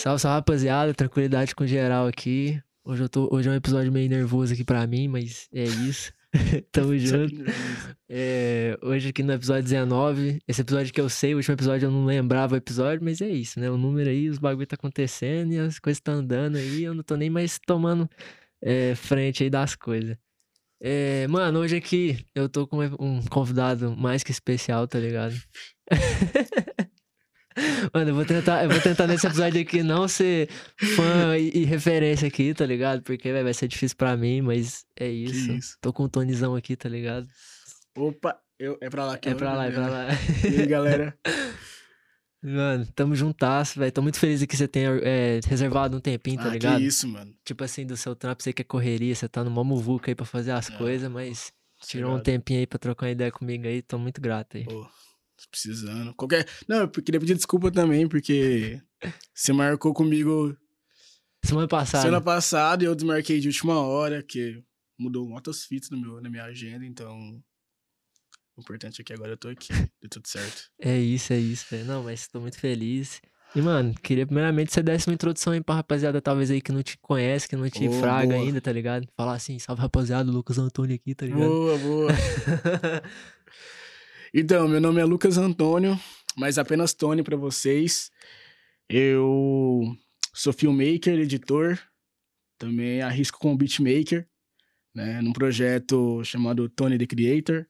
Salve, salve, rapaziada. Tranquilidade com geral aqui. Hoje é um episódio meio nervoso aqui pra mim, mas é isso. Tamo junto. Hoje aqui no episódio 19. Esse episódio que eu sei, o último episódio eu não lembrava o episódio, mas é isso, né? O número aí, os bagulho tá acontecendo e as coisas tá andando aí. Eu não tô nem mais tomando frente aí das coisas. Mano, hoje aqui eu tô com um convidado mais que especial, tá ligado? Mano, eu vou tentar nesse episódio aqui não ser fã e referência aqui, tá ligado? Porque vai ser difícil pra mim, mas é isso. isso? Tô com um tonezão aqui, tá ligado? Opa, é pra lá que É pra lá, é pra lá. E aí, galera? Mano, tamo juntasso, velho. Tô muito feliz que você tenha reservado um tempinho, tá ligado? Que isso, mano. Tipo assim, do seu trampo, você que é correria, você tá no mó muvuca aí pra fazer as coisas, mas tirou um tempinho aí pra trocar uma ideia comigo aí, tô muito grato aí. Pô, tô precisando. Não, eu queria pedir desculpa também, porque você marcou comigo Semana passada e eu desmarquei de última hora, que mudou muitas fitas na minha agenda, então o importante é que agora eu tô aqui, deu tudo certo. É isso, velho. Não, mas tô muito feliz. E, mano, queria primeiramente que você desse uma introdução aí pra rapaziada, talvez aí que não te conhece, que não te fraga ainda, tá ligado? Falar assim, salve rapaziada, Lucas Antônio aqui, tá ligado? Boa. Então, meu nome é Lucas Antônio, mas apenas Tony pra vocês. Eu sou filmmaker, editor, também arrisco como beatmaker, né, num projeto chamado Tony the Creator.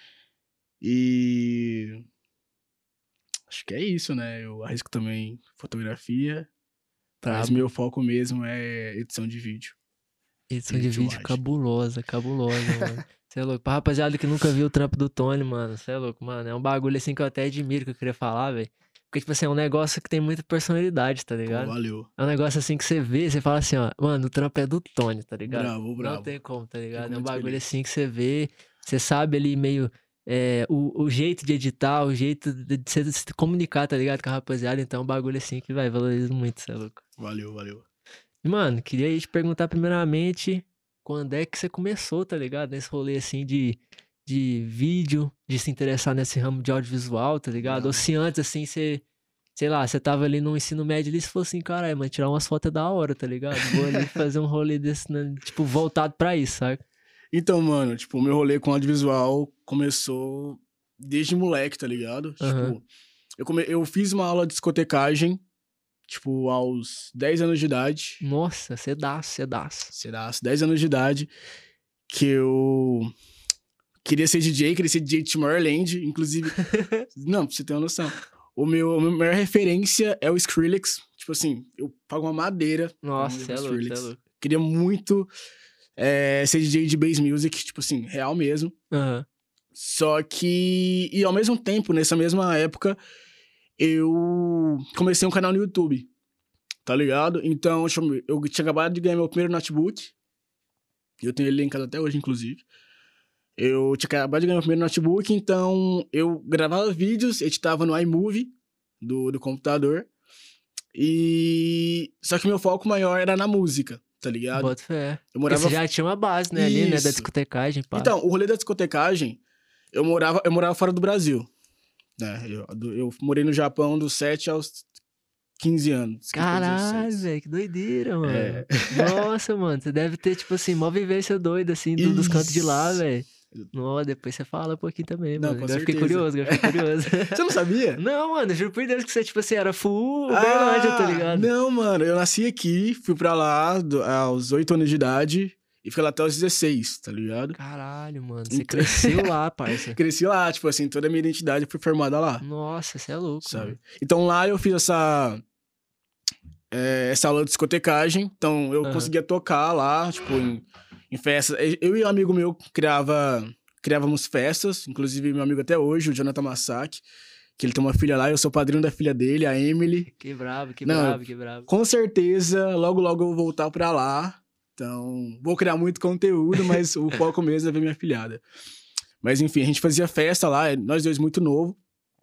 E acho que é isso, né? Eu arrisco também fotografia, mas meu foco mesmo é edição de vídeo. Edição de vídeo cabulosa, mano. Você é louco. Pra rapaziada que nunca viu o trampo do Tony, mano, você é louco, mano. É um bagulho assim que eu até admiro, que eu queria falar, velho. Porque, tipo assim, é um negócio que tem muita personalidade, tá ligado? Pô, valeu. É um negócio assim que você vê, você fala assim, ó, mano, o trampo é do Tony, tá ligado? Bravo. Não tem como, tá ligado? Fico É um bagulho feliz. assim que você vê, você sabe ali meio o jeito de editar, o jeito de você se comunicar, tá ligado? Com a rapaziada. Então é um bagulho assim que vai valoriza muito, você é louco. Valeu. E, mano, queria aí te perguntar primeiramente quando é que você começou, tá ligado? Nesse rolê assim de vídeo, de se interessar nesse ramo de audiovisual, tá ligado? Bravo. Ou se antes, assim, você, sei lá, você tava ali no ensino médio ali e falou assim, caralho, mano, tirar umas fotos é da hora, tá ligado? Vou ali fazer um rolê desse, né, tipo, voltado pra isso, sabe? Então, mano, tipo, o meu rolê com audiovisual começou desde moleque, tá ligado? Uhum. Tipo, eu fiz uma aula de discotecagem, tipo, aos 10 anos de idade. Nossa, cedaço. 10 anos de idade, que eu queria ser DJ de Tomorrowland, inclusive. Não, pra você ter uma noção. A minha maior referência é o Skrillex. Tipo assim, eu pago uma madeira. Nossa, você é louco. Queria muito ser DJ de bass music, tipo assim, real mesmo. Uhum. Só que... E ao mesmo tempo, nessa mesma época, eu comecei um canal no YouTube. Tá ligado? Então, eu tinha acabado de ganhar meu primeiro notebook. Eu tenho ele em casa até hoje, inclusive. Eu tinha acabado de ganhar meu primeiro notebook, então eu gravava vídeos, editava no iMovie do computador. Só que meu foco maior era na música, tá ligado? Bota fé. Porque você já tinha uma base, né, ali, né, da discotecagem, pá. Então, o rolê da discotecagem, eu morava fora do Brasil, né? Eu morei no Japão dos 7 aos 15 anos. Caralho, velho, que doideira, mano. Nossa, mano, você deve ter, tipo assim, mó vivência doida, assim, dos cantos de lá, velho. Nossa, depois você fala um pouquinho também, mano. Não, agora fiquei curioso. Você não sabia? Não, mano, juro por Deus que você, tipo assim, era full Uberlândia, tá ligado? Não, mano, eu nasci aqui, fui pra lá aos 8 anos de idade e fiquei lá até os 16, tá ligado? Caralho, mano, você cresceu lá, parça. Cresci lá, tipo assim, toda a minha identidade foi formada lá. Nossa, você é louco, sabe? Mano. Então lá eu fiz essa aula de discotecagem, então eu conseguia tocar lá, tipo, em festas. Eu e um amigo meu criávamos festas, inclusive meu amigo até hoje, o Jonathan Masaki, que ele tem uma filha lá, eu sou padrinho da filha dele, a Emily. Que brabo. Com certeza, logo eu vou voltar pra lá, então vou criar muito conteúdo, mas o foco mesmo é ver minha filhada. Mas enfim, a gente fazia festa lá, nós dois muito novo,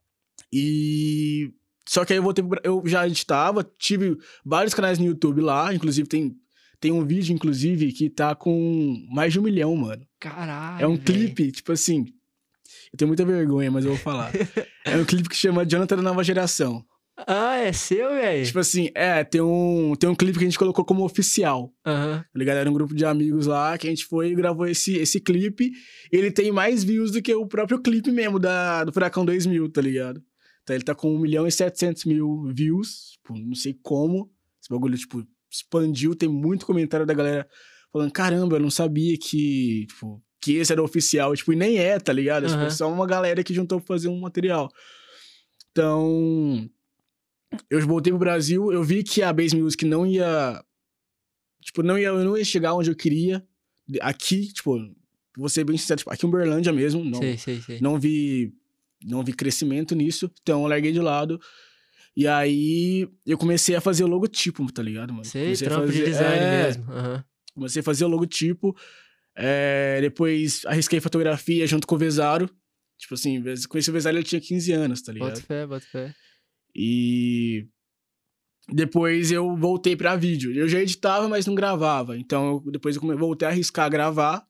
só que aí eu já editava, tive vários canais no YouTube lá, inclusive tem um vídeo, inclusive, que tá com mais de 1 milhão, mano. Caralho, é um clipe, tipo assim, eu tenho muita vergonha, mas eu vou falar. É um clipe que chama Jonathan da Nova Geração. Ah, é seu, velho? Tipo assim, tem um clipe que a gente colocou como oficial. Aham. Tá ligado? Era um grupo de amigos lá que a gente foi e gravou esse clipe. Ele tem mais views do que o próprio clipe mesmo do Furacão 2000, tá ligado? Então ele tá com 1.700.000 views. Tipo, não sei como. Esse bagulho, tipo, expandiu. Tem muito comentário da galera falando, caramba, eu não sabia que, tipo, que esse era o oficial. Tipo, e nem é, tá ligado? Tipo, é só uma galera que juntou pra fazer um material. Então, eu voltei pro Brasil, eu vi que a Bass Music não ia... Tipo, eu não ia chegar onde eu queria. Aqui, tipo, vou ser bem sincero, tipo, aqui em Uberlândia mesmo, Sei. não vi crescimento nisso, então eu larguei de lado. E aí, eu comecei a fazer o logotipo, tá ligado, mano? Sei, Comecei trampo a fazer, de design mesmo. Comecei a fazer o logotipo, depois arrisquei fotografia junto com o Vezaro. Tipo assim, conheci o Vezaro, ele tinha 15 anos, tá ligado? Bota fé. E depois eu voltei pra vídeo. Eu já editava, mas não gravava. Então, depois eu voltei a arriscar gravar.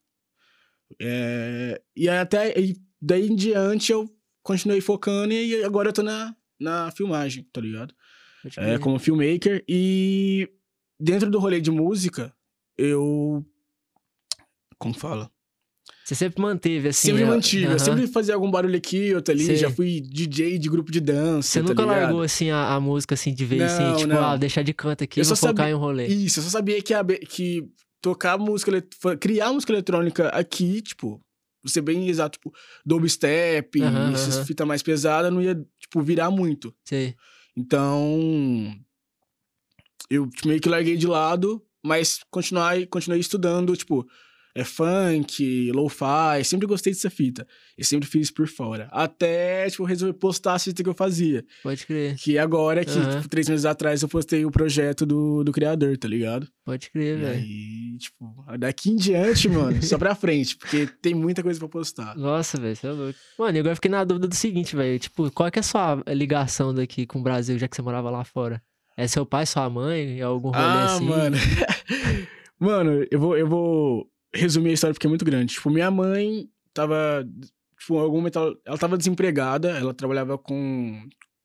E daí em diante eu continuei focando e agora eu tô na filmagem, tá ligado? Como filmmaker. E dentro do rolê de música, eu... Como fala? Você sempre manteve, assim... Sempre mantive. Eu sempre fazia algum barulho aqui, outro ali. Sei. Já fui DJ de grupo de dança, Você nunca largou, assim, a música, assim, de vez, assim? Tipo, deixar de canto aqui e vou focar em um rolê. Isso, eu só sabia que tocar música... Criar música eletrônica aqui, tipo... Vou ser bem exato, tipo... Dubstep, essas fitas mais pesadas, não ia, tipo, virar muito. Sei. Então... Eu meio que larguei de lado, mas continuei estudando, tipo... funk, lo-fi, sempre gostei dessa fita. E sempre fiz por fora. Até, tipo, resolver postar a fita que eu fazia. Pode crer. Que agora, tipo, 3 meses atrás eu postei o projeto do criador, tá ligado? Pode crer, velho. E aí, tipo, daqui em diante, mano, só pra frente. Porque tem muita coisa pra postar. Nossa, velho, você é louco. Mano, e agora eu fiquei na dúvida do seguinte, velho. Tipo, qual que é a sua ligação daqui com o Brasil, já que você morava lá fora? É seu pai, sua mãe? É algum rolê assim? Mano. Mano, eu vou resumir a história porque é muito grande. Tipo, minha mãe tava... Tipo, em algum momento ela tava desempregada. Ela trabalhava como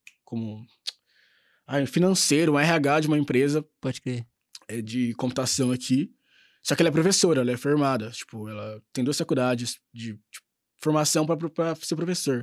financeiro, um RH de uma empresa. Pode crer. De computação aqui. Só que ela é professora, ela é formada. Tipo, ela tem 2 faculdades de formação pra ser professor.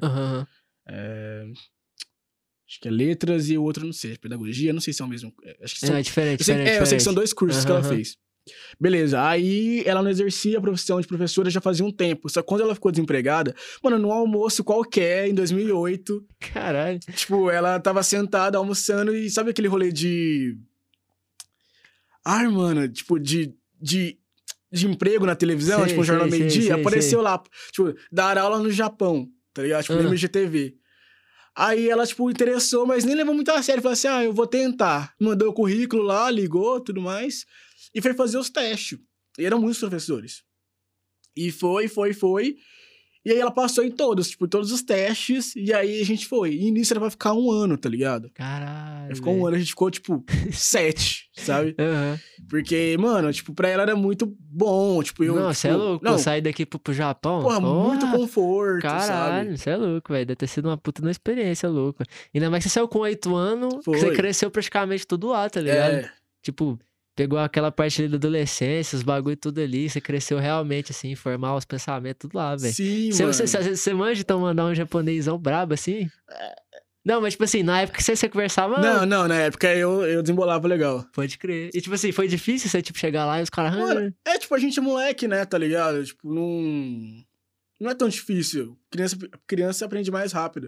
Acho que é letras e o outro, não sei, pedagogia, não sei se é o mesmo. Acho que são, é diferente, eu sei que são 2 cursos que ela fez. Beleza, aí ela não exercia a profissão de professora já fazia um tempo. Só que quando ela ficou desempregada, mano, num almoço qualquer, em 2008... Caralho. Tipo, ela tava sentada, almoçando, e sabe aquele rolê de... Ai, mano, tipo, de emprego na televisão, tipo, um jornal meio-dia, apareceu lá, tipo, dar aula no Japão, tá ligado? Tipo, no MGTV. Aí ela, tipo, interessou, mas nem levou muito a sério. Falou assim, eu vou tentar. Mandou o currículo lá, ligou, tudo mais. E foi fazer os testes. E eram muitos professores. E foi. E aí ela passou em todos, tipo, todos os testes. E aí a gente foi. E nisso ela vai ficar 1 ano, tá ligado? Caralho. Ela ficou 1 ano, a gente ficou, tipo, 7, sabe? Porque, mano, tipo, pra ela era muito bom. Tipo, eu. Não, você é louco. Eu sair daqui pro Japão. Porra, muito conforto, caralho, sabe? Caralho, você é louco, velho. Deve ter sido uma puta experiência louca. Ainda mais que você saiu com 8 anos, que você cresceu praticamente tudo lá, tá ligado? Tipo, pegou aquela parte ali da adolescência, os bagulho tudo ali, você cresceu realmente, assim, formar os pensamentos, tudo lá, velho. Sim, mano. Você manja então mandar um japonesão brabo, assim? Não, mas tipo assim, na época que você conversava... Não, na época eu desembolava legal. Pode crer. E tipo assim, foi difícil você, tipo, chegar lá e os caras... Mano, tipo, a gente é moleque, né, tá ligado? Tipo, não é tão difícil. Criança aprende mais rápido.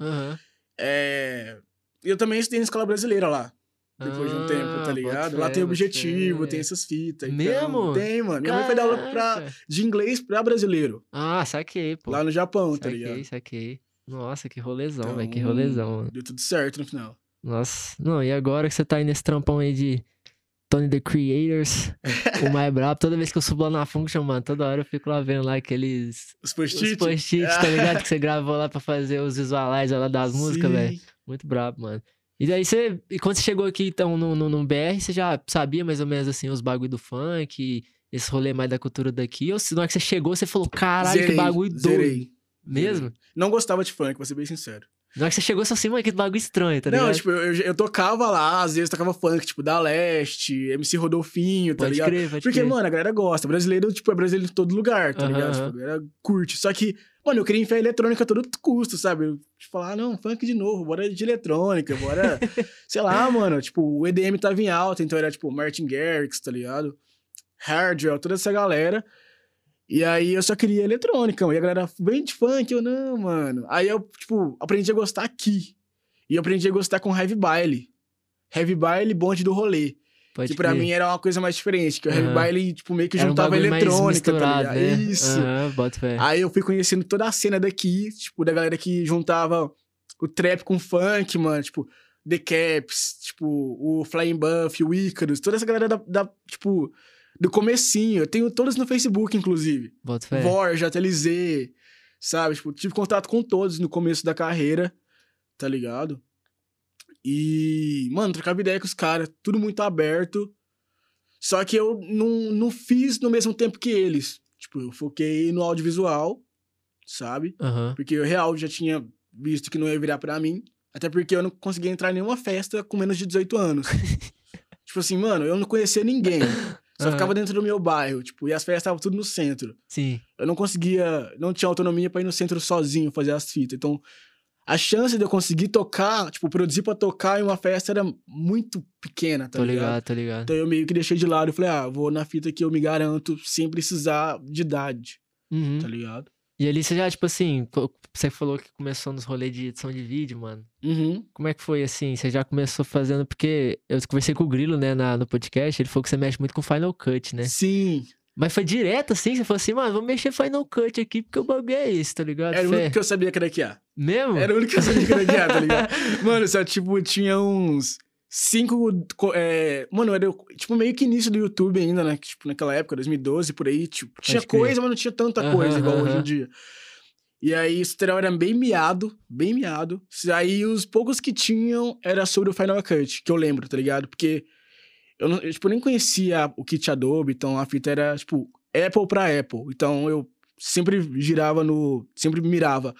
Eu também estudei na escola brasileira lá. Depois de um tempo, tá ligado? Lá tem objetivo, tem essas fitas. Mesmo? Então, tem, mano. Minha mãe foi dar aula de inglês pra brasileiro. Saquei, pô. Lá no Japão, tá ligado? Saquei. Nossa, que rolezão, então, velho. Que rolezão, mano. Deu tudo certo no final. Nossa. Não, e agora que você tá aí nesse trampão aí de Tony the Creators, o mais brabo, toda vez que eu subo lá na Function, mano, toda hora eu fico lá vendo lá aqueles... Os post-its? Os post-its, tá ligado? Que você gravou lá pra fazer os visualizers lá das músicas, velho. Muito brabo, mano. E daí e quando você chegou aqui, então, no BR, você já sabia mais ou menos, assim, os bagulho do funk, esse rolê mais da cultura daqui? Ou se na hora que você chegou, você falou, caralho, que bagulho doido. Zerei. Mesmo? Não gostava de funk, vou ser bem sincero. Na hora que você chegou, você falou assim, mano, que bagulho estranho, tá ligado? Não, tipo, eu tocava lá, às vezes tocava funk, tipo, da Leste, MC Rodolfinho, tá ligado? Pode Porque, crer. mano, a galera gosta. Brasileiro, tipo, é brasileiro em todo lugar, tá ligado? Tipo, a galera curte. Só que, mano, eu queria enfiar eletrônica a todo custo, sabe? Eu falar, não, funk de novo, bora de eletrônica, bora... sei lá, mano, tipo, o EDM tava em alta, então era, tipo, Martin Garrix, tá ligado? Hardwell, toda essa galera. E aí eu só queria eletrônica, mano. E a galera, vem de funk, eu não, mano. Aí eu, tipo, aprendi a gostar aqui. E eu aprendi a gostar com Heavy Baile. Heavy Baile, bonde do rolê. Que pra mim era uma coisa mais diferente. Que o Heavy Baile, tipo, meio que juntava eletrônica, tá ligado? Né? Isso. Bota fé. Aí eu fui conhecendo toda a cena daqui, tipo, da galera que juntava o trap com funk, mano. Tipo, The Caps, tipo, o Flying Buff, o Icarus. Toda essa galera tipo... do comecinho, eu tenho todos no Facebook, inclusive. Bota fé. Vorja, TLZ, sabe? Tipo, tive contato com todos no começo da carreira, tá ligado? E, mano, trocava ideia com os caras, tudo muito aberto. Só que eu não fiz no mesmo tempo que eles. Tipo, eu foquei no audiovisual, sabe? Porque eu real já tinha visto que não ia virar pra mim. Até porque eu não conseguia entrar em nenhuma festa com menos de 18 anos. Tipo assim, mano, eu não conhecia ninguém. Só ficava dentro do meu bairro, tipo, e as festas estavam tudo no centro. Sim. Eu não tinha autonomia pra ir no centro sozinho fazer as fitas. Então, a chance de eu conseguir tocar, tipo, produzir pra tocar em uma festa era muito pequena, tá ligado? Tô ligado. Então eu meio que deixei de lado e falei, vou na fita que eu me garanto sem precisar de idade, tá ligado? E ali você já, tipo assim, você falou que começou nos rolês de edição de vídeo, mano. Como é que foi, assim? Você já começou fazendo... Porque eu conversei com o Grilo, né, no podcast, ele falou que você mexe muito com Final Cut, né? Sim. Mas foi direto, assim? Você falou assim, mano, vou mexer Final Cut aqui, porque o bagulho é esse, tá ligado? Era o único que eu sabia craquear. Mesmo? Era o único que eu sabia craquear, tá ligado? Mano, só, tipo, tinha uns 5... mano, era, tipo, meio que início do YouTube ainda, né? Tipo, naquela época, 2012, por aí, tipo, tinha coisa, mas não tinha tanta coisa igual hoje em dia. E aí, o tutorial era bem miado. Aí, os poucos que tinham era sobre o Final Cut, que eu lembro, tá ligado? Porque eu tipo, nem conhecia o kit Adobe, então a fita era, tipo, Apple pra Apple. Então, eu sempre sempre mirava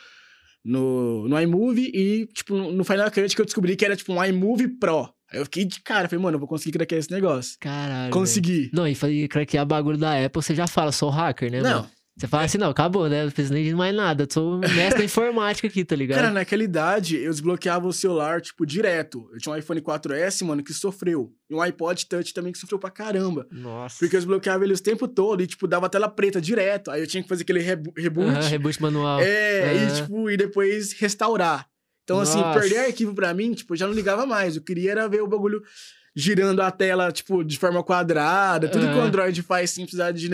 no iMovie e, tipo, no Final Cut que eu descobri que era, tipo, um iMovie Pro. Aí eu fiquei de cara, falei, mano, eu vou conseguir craquear esse negócio. Caralho, consegui. Não, e craquear bagulho da Apple, você já fala, sou hacker, né, mano? Você fala assim, não, acabou, né? Não preciso nem de mais nada. Eu sou mestre da informática aqui, tá ligado? Cara, naquela idade, eu desbloqueava o celular, tipo, direto. Eu tinha um iPhone 4S, mano, que sofreu. E um iPod Touch também que sofreu pra caramba. Nossa. Porque eu desbloqueava ele o tempo todo e, tipo, dava tela preta direto. Aí eu tinha que fazer aquele reboot. Reboot manual. E, tipo, e depois restaurar. Então, assim, perder arquivo pra mim, tipo, eu já não ligava mais. Eu queria era ver o bagulho girando a tela, tipo, de forma quadrada. Tudo que o Android faz sem precisar de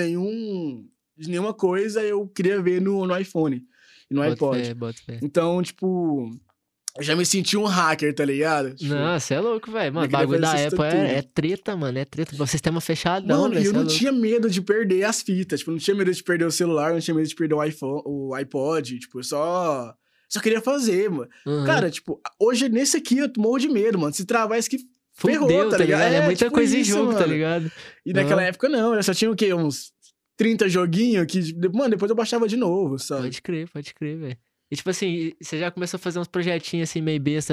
nenhuma coisa, eu queria ver no iPhone e no iPod. Bota fé. Então, tipo, eu já me senti um hacker, tá ligado? Tipo, não, você é louco, velho. Mano, o bagulho da Apple é treta, mano. É treta. O sistema fechadão, mano, velho. E eu não tinha medo de perder as fitas. Tipo, não tinha medo de perder o celular, não tinha medo de perder o iPhone, o iPod. Tipo, eu só queria fazer, mano. Cara, tipo, hoje nesse aqui eu morro de medo, mano. Se travar esse aqui, ferrou, tá ligado? É muita tipo coisa isso, em jogo, mano. tá ligado? E naquela época não, eu só tinha o quê? Uns 30 joguinhos que, mano, depois eu baixava de novo, sabe? Pode crer, velho. E tipo assim, você já começou a fazer uns projetinhos assim, meio besta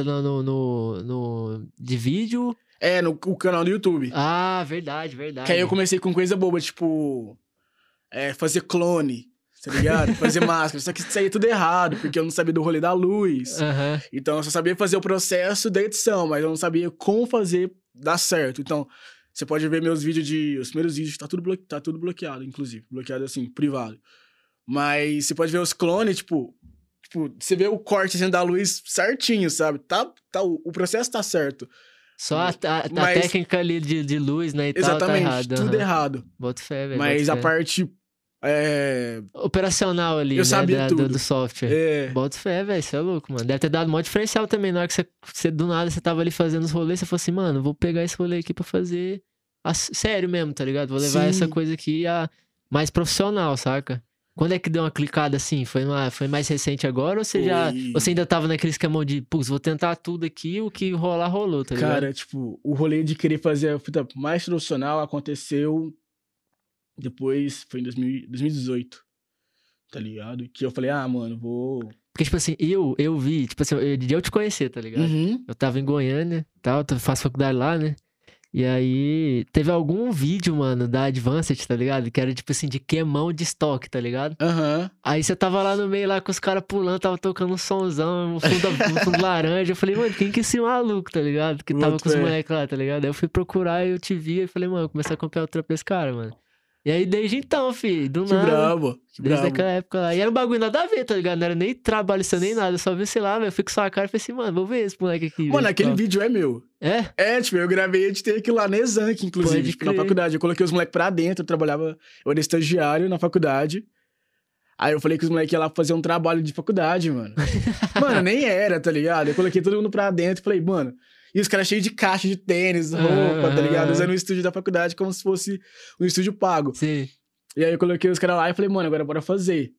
de vídeo? No canal do YouTube. Ah, verdade. Que aí eu comecei com coisa boba, tipo... fazer clone, tá ligado? Fazer máscara. Só que isso saía tudo errado, porque eu não sabia do rolê da luz. Então eu só sabia fazer o processo da edição, mas eu não sabia como fazer dar certo. Então... Você pode ver meus vídeos os primeiros vídeos, tá tudo bloqueado, inclusive. Bloqueado, assim, privado. Mas você pode ver os clones, tipo, você vê o corte assim, da luz certinho, sabe? O processo tá certo. Só a técnica ali de luz, né, e exatamente, tal, tá errado. Tudo errado. Bota fé, velho. Mas a parte... operacional ali, eu sabia tudo. Do software. Bota fé, velho, você é louco, mano. Deve ter dado um monte de diferencial também. Na hora que você do nada, você tava ali fazendo os rolês, você falou assim, mano, vou pegar esse rolê aqui pra fazer sério mesmo, tá ligado? Vou levar essa coisa aqui a mais profissional, saca? Quando é que deu uma clicada assim? Foi mais recente agora ou você ainda tava naquele esquema de, putz, vou tentar tudo aqui, o que rolar, rolou, tá ligado? Cara, tipo, o rolê de querer fazer a fita mais profissional aconteceu depois, foi em 2018, tá ligado? Que eu falei, mano, vou Porque, tipo assim, eu vi, tipo assim, de eu te conhecer, tá ligado? Uhum. Eu tava em Goiânia, tal, faço faculdade lá, né? E aí, teve algum vídeo, mano, da Advanced, tá ligado? Que era, tipo assim, de queimão de estoque, tá ligado? Aham. Aí você tava lá no meio, lá com os caras pulando, tava tocando um sonzão, um fundo laranja. Eu falei, mano, quem que é esse maluco, tá ligado? Que tava Boto com os fé. moleques lá, tá ligado? Aí eu fui procurar e eu te vi e falei, mano, eu comecei a acompanhar o trampo desse cara, mano. E aí, desde então, filho, do Que nada, brabo, que desde brabo. aquela época lá. E era um bagulho nada a ver, tá ligado? Não era nem trabalho seu, nem nada. Eu só vi, sei lá, velho, eu fui com sua cara e falei assim, mano, vou ver esse moleque aqui. Mano, velho, aquele qual. vídeo é meu. É? É, tipo, eu gravei a gente ter aquilo lá na Exanc, inclusive, Pode tipo, na crer. faculdade. Eu coloquei os moleques pra dentro, eu era estagiário na faculdade. Aí eu falei que os moleques iam lá fazer um trabalho de faculdade, mano. Mano, nem era, tá ligado? Eu coloquei todo mundo pra dentro e falei, mano... E os caras cheios de caixa de tênis, roupa, tá ligado? Usando o estúdio da faculdade como se fosse um estúdio pago. Sim. E aí eu coloquei os caras lá e falei, mano, agora bora fazer.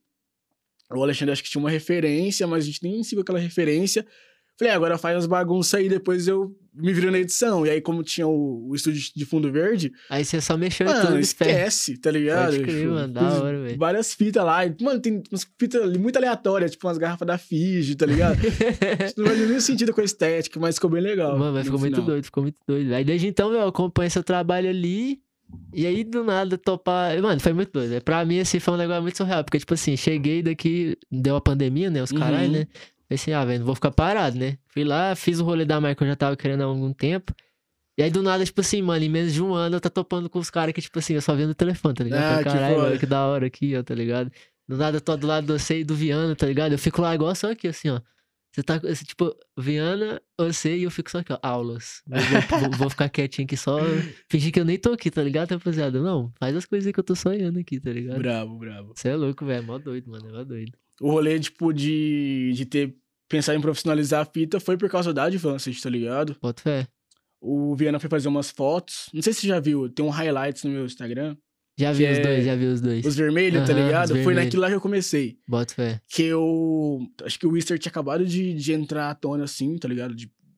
O Alexandre acho que tinha uma referência, mas a gente nem seguiu aquela referência. Falei, agora faz as bagunças aí, depois eu me viro na edição. E aí, como tinha o estúdio de fundo verde... Aí você só mexeu em Mano, tudo. esquece, tá ligado? Pode crer, mano, da fiz hora, velho. várias fitas lá. E, mano, tem umas fitas muito aleatórias, tipo umas garrafas da Fiji, tá ligado? Isso não faz nenhum sentido com a estética, mas ficou bem legal. Mano, mas ficou muito doido, ficou muito doido. Aí desde então, meu, eu acompanho seu trabalho ali. E aí, do nada, topar. Mano, foi muito doido. Pra mim, assim, foi um negócio muito surreal. Porque, tipo assim, cheguei daqui, deu a pandemia, né? Os caras, né? Pensei, velho, não vou ficar parado, né? Fui lá, fiz o rolê da marca que eu já tava querendo há algum tempo. E aí, do nada, tipo assim, mano, em menos de um ano eu tô topando com os caras que, tipo assim, eu só vendo no telefone, tá ligado? Ah, Caralho, que mano, foda. que da hora aqui, ó, tá ligado? Do nada eu tô do lado de você e do Viana, tá ligado? Eu fico lá igual só aqui, assim, ó. Você tá, tipo, Viana, você e eu fico só aqui, ó, aulas. Vou ficar quietinho aqui só, fingir que eu nem tô aqui, tá ligado, rapaziada? Não, faz as coisas que eu tô sonhando aqui, tá ligado? Bravo, bravo. Você é louco, velho, mó doido, mano, é mó doido. O rolê, tipo, de ter pensado em profissionalizar a fita foi por causa da Advanced, tá ligado? Bota fé. O Viana foi fazer umas fotos. Não sei se você já viu, tem um highlights no meu Instagram. Já vi Que os é dois, já vi os dois. Os vermelhos, tá Aham, ligado? os Foi vermelhos. naquilo lá que eu comecei. Bota fé. Que eu... Acho que o Easter tinha acabado de entrar à tona, assim, tá ligado?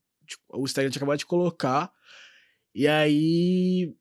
O Instagram tinha acabado de colocar. E aí...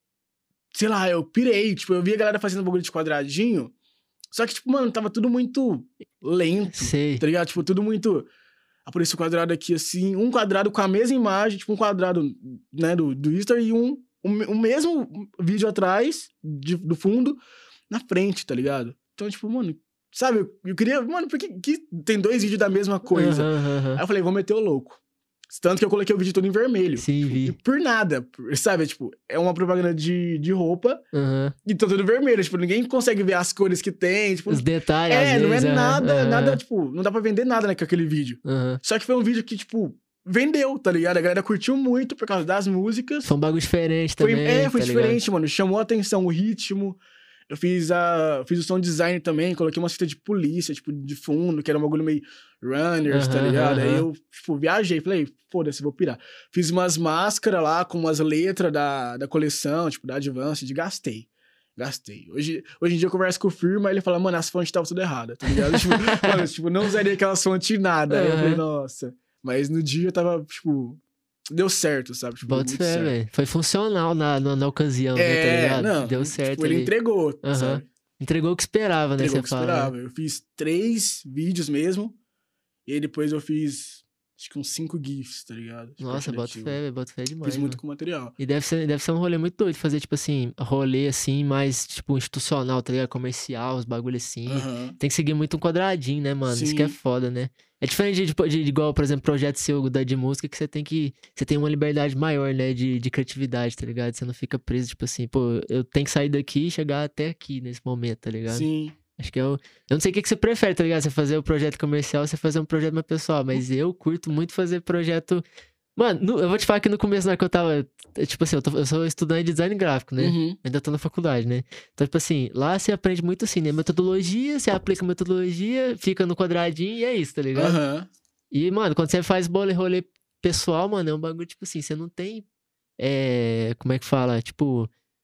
Sei lá, eu pirei. Tipo, eu vi a galera fazendo bagulho de quadradinho. Só que, tipo, mano, tava tudo muito lento. Sei. Tá ligado? Tipo, tudo muito... Apareceu um quadrado aqui, assim. Um quadrado com a mesma imagem. Tipo, um quadrado, né, do Easter. E o mesmo vídeo atrás, do fundo, na frente, tá ligado? Então, tipo, mano... Sabe, eu queria... Mano, por que tem dois vídeos da mesma coisa? Aí eu falei, vou meter o louco. Tanto que eu coloquei o vídeo todo em vermelho. Sim, tipo, vi. e por nada, sabe? Tipo, é uma propaganda de roupa Aham. e tá tudo vermelho. Tipo, ninguém consegue ver as cores que tem. Tipo, Os detalhes, às não vezes, é nada, aham. nada, tipo... Não dá pra vender nada, né, com aquele vídeo. Aham. Só que foi um vídeo que, tipo... Vendeu, tá ligado? A galera curtiu muito por causa das músicas. Foi um bagulho diferente também, Foi tá diferente, ligado? mano. Chamou a atenção o ritmo. Eu fiz o sound design também, coloquei umas fitas de polícia, tipo, de fundo, que era um bagulho meio runners, tá ligado? Aí eu, tipo, viajei, falei, foda-se, vou pirar. Fiz umas máscaras lá com umas letras da coleção, tipo, da Advanced, gastei. Hoje em dia eu converso com o Firma, ele fala, mano, as fontes estavam tudo erradas, tá ligado? Tipo, mano, tipo, não usaria aquelas fontes em nada. Aí eu falei, nossa. Mas no dia eu tava, tipo... Deu certo, sabe? Tipo, Bota fé, velho. Foi funcional na ocasião, né, tá ligado? Não, Deu certo tipo, ele ali. entregou, sabe? Entregou o que esperava, né, Entregou o você que esperava. Eu fiz 3 vídeos mesmo, e aí depois eu fiz, acho que uns 5 GIFs, tá ligado? De Nossa, bota compartilhativo. fé, velho, bota fé demais, Fiz muito mano. com material. E deve ser um rolê muito doido fazer, tipo assim, rolê assim, mais, tipo, institucional, tá ligado? Comercial, os bagulhos assim. Tem que seguir muito um quadradinho, né, mano? Isso que é Sim. foda, né? É diferente de igual, por exemplo, projeto seu de música, que você tem uma liberdade maior, né, de criatividade, tá ligado? Você não fica preso, tipo assim, pô, eu tenho que sair daqui e chegar até aqui nesse momento, tá ligado? Sim. Acho que eu não sei o que você prefere, tá ligado? Você fazer o projeto comercial ou você fazer um projeto mais pessoal, mas eu curto muito fazer projeto. Mano, eu vou te falar que no começo, na hora que eu tava. Tipo assim, eu sou estudante de design gráfico, né? Uhum. Ainda tô na faculdade, né? Então, tipo assim, lá você aprende muito assim, né? Metodologia, você aplica metodologia, fica no quadradinho e é isso, tá ligado? Aham. E, mano, quando você faz bola e rolê pessoal, mano, é um bagulho, tipo assim, você não tem. Como é que fala? Tipo.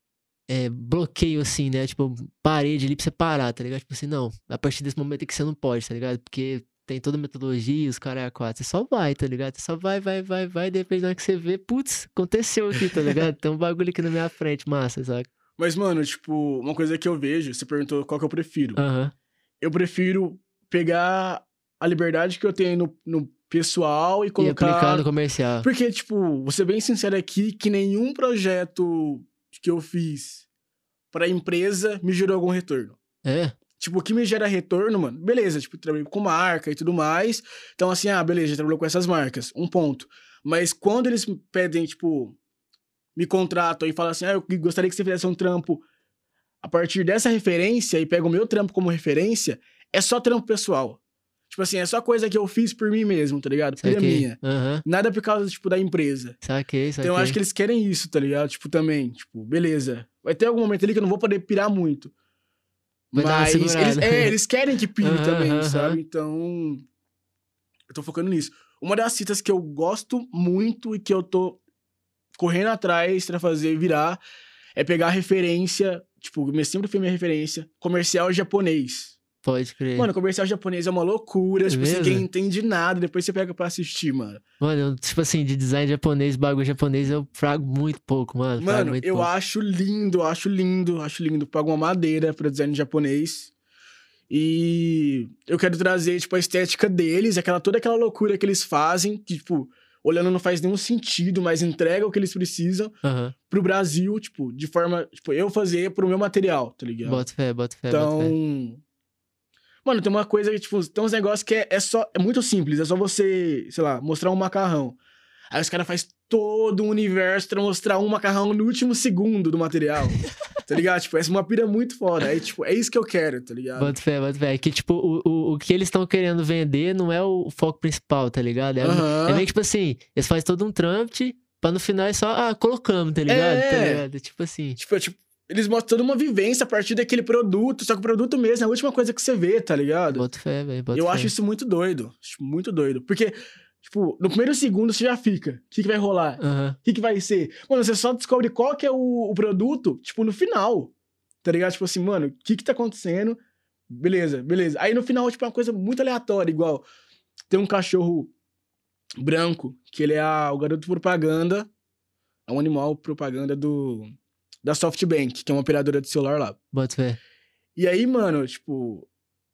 Bloqueio assim, né? Tipo, parede ali pra você parar, tá ligado? Tipo assim, não, a partir desse momento é que você não pode, tá ligado? Porque tem toda a metodologia, os caras é a quatro. Você só vai, tá ligado? Você só vai, de repente na hora que você vê, putz, aconteceu aqui, tá ligado? Tem um bagulho aqui na minha frente, massa, sabe? Mas, mano, tipo, uma coisa que eu vejo, você perguntou qual que eu prefiro. Aham. Eu prefiro pegar a a liberdade que eu tenho no pessoal e colocar... E aplicar no comercial. Porque, tipo, vou ser bem sincero aqui, que nenhum projeto que eu fiz pra empresa me gerou algum retorno. É? Tipo, o que me gera retorno, mano, beleza, tipo, trabalhei com marca e tudo mais. Então, assim, beleza, já trabalhou com essas marcas, um ponto. Mas quando eles me pedem, tipo, me contratam e falam assim, eu gostaria que você fizesse um trampo a partir dessa referência e pega o meu trampo como referência, é só trampo pessoal. Tipo assim, é só coisa que eu fiz por mim mesmo, tá ligado? Por minha. Nada por causa, tipo, da empresa. Saquei. Então eu acho que eles querem isso, tá ligado? Tipo, também, tipo, beleza. Vai ter algum momento ali que eu não vou poder pirar muito. Mas eles querem que pire também, sabe? Então, eu tô focando nisso. Uma das citas que eu gosto muito e que eu tô correndo atrás pra fazer virar é pegar a referência, tipo, sempre foi minha referência, comercial japonês. Pode crer. Mano, comercial japonês é uma loucura, tipo assim, quem entende nada, depois você pega pra assistir, mano. Mano, tipo assim, de design japonês, bagulho japonês, eu frago muito pouco, mano. Mano, eu acho lindo. Pago uma madeira pra design japonês. E eu quero trazer, tipo, a estética deles, toda aquela loucura que eles fazem, que, tipo, olhando não faz nenhum sentido, mas entrega o que eles precisam pro Brasil, tipo, de forma, tipo, eu fazer pro meu material, tá ligado? Bota fé. Então, mano, tem uma coisa que, tipo, tem uns negócios que é muito simples, é só você, sei lá, mostrar um macarrão. Aí os caras fazem todo um universo pra mostrar um macarrão no último segundo do material. Tá ligado? Tipo, essa é uma pira muito foda. Aí, tipo, é isso que eu quero, tá ligado? Bota fé. É que, tipo, o que eles estão querendo vender não é o foco principal, tá ligado? É meio que, tipo assim, eles fazem todo um trâmite pra no final é só, colocamos, tá ligado? Tá ligado? Tipo assim. Tipo, eles mostram toda uma vivência a partir daquele produto, só que o produto mesmo é a última coisa que você vê, tá ligado? Bota fé, velho. Eu acho isso muito doido. Acho muito doido. Porque, tipo, no primeiro segundo você já fica. O que vai rolar? O que vai ser? Mano, você só descobre qual que é o produto, tipo, no final. Tá ligado? Tipo assim, mano, o que tá acontecendo? Beleza. Aí no final, tipo, é uma coisa muito aleatória, igual... Tem um cachorro branco, que ele é o garoto propaganda. É um animal propaganda da SoftBank, que é uma operadora de celular lá. Bota fé. E aí, mano, tipo...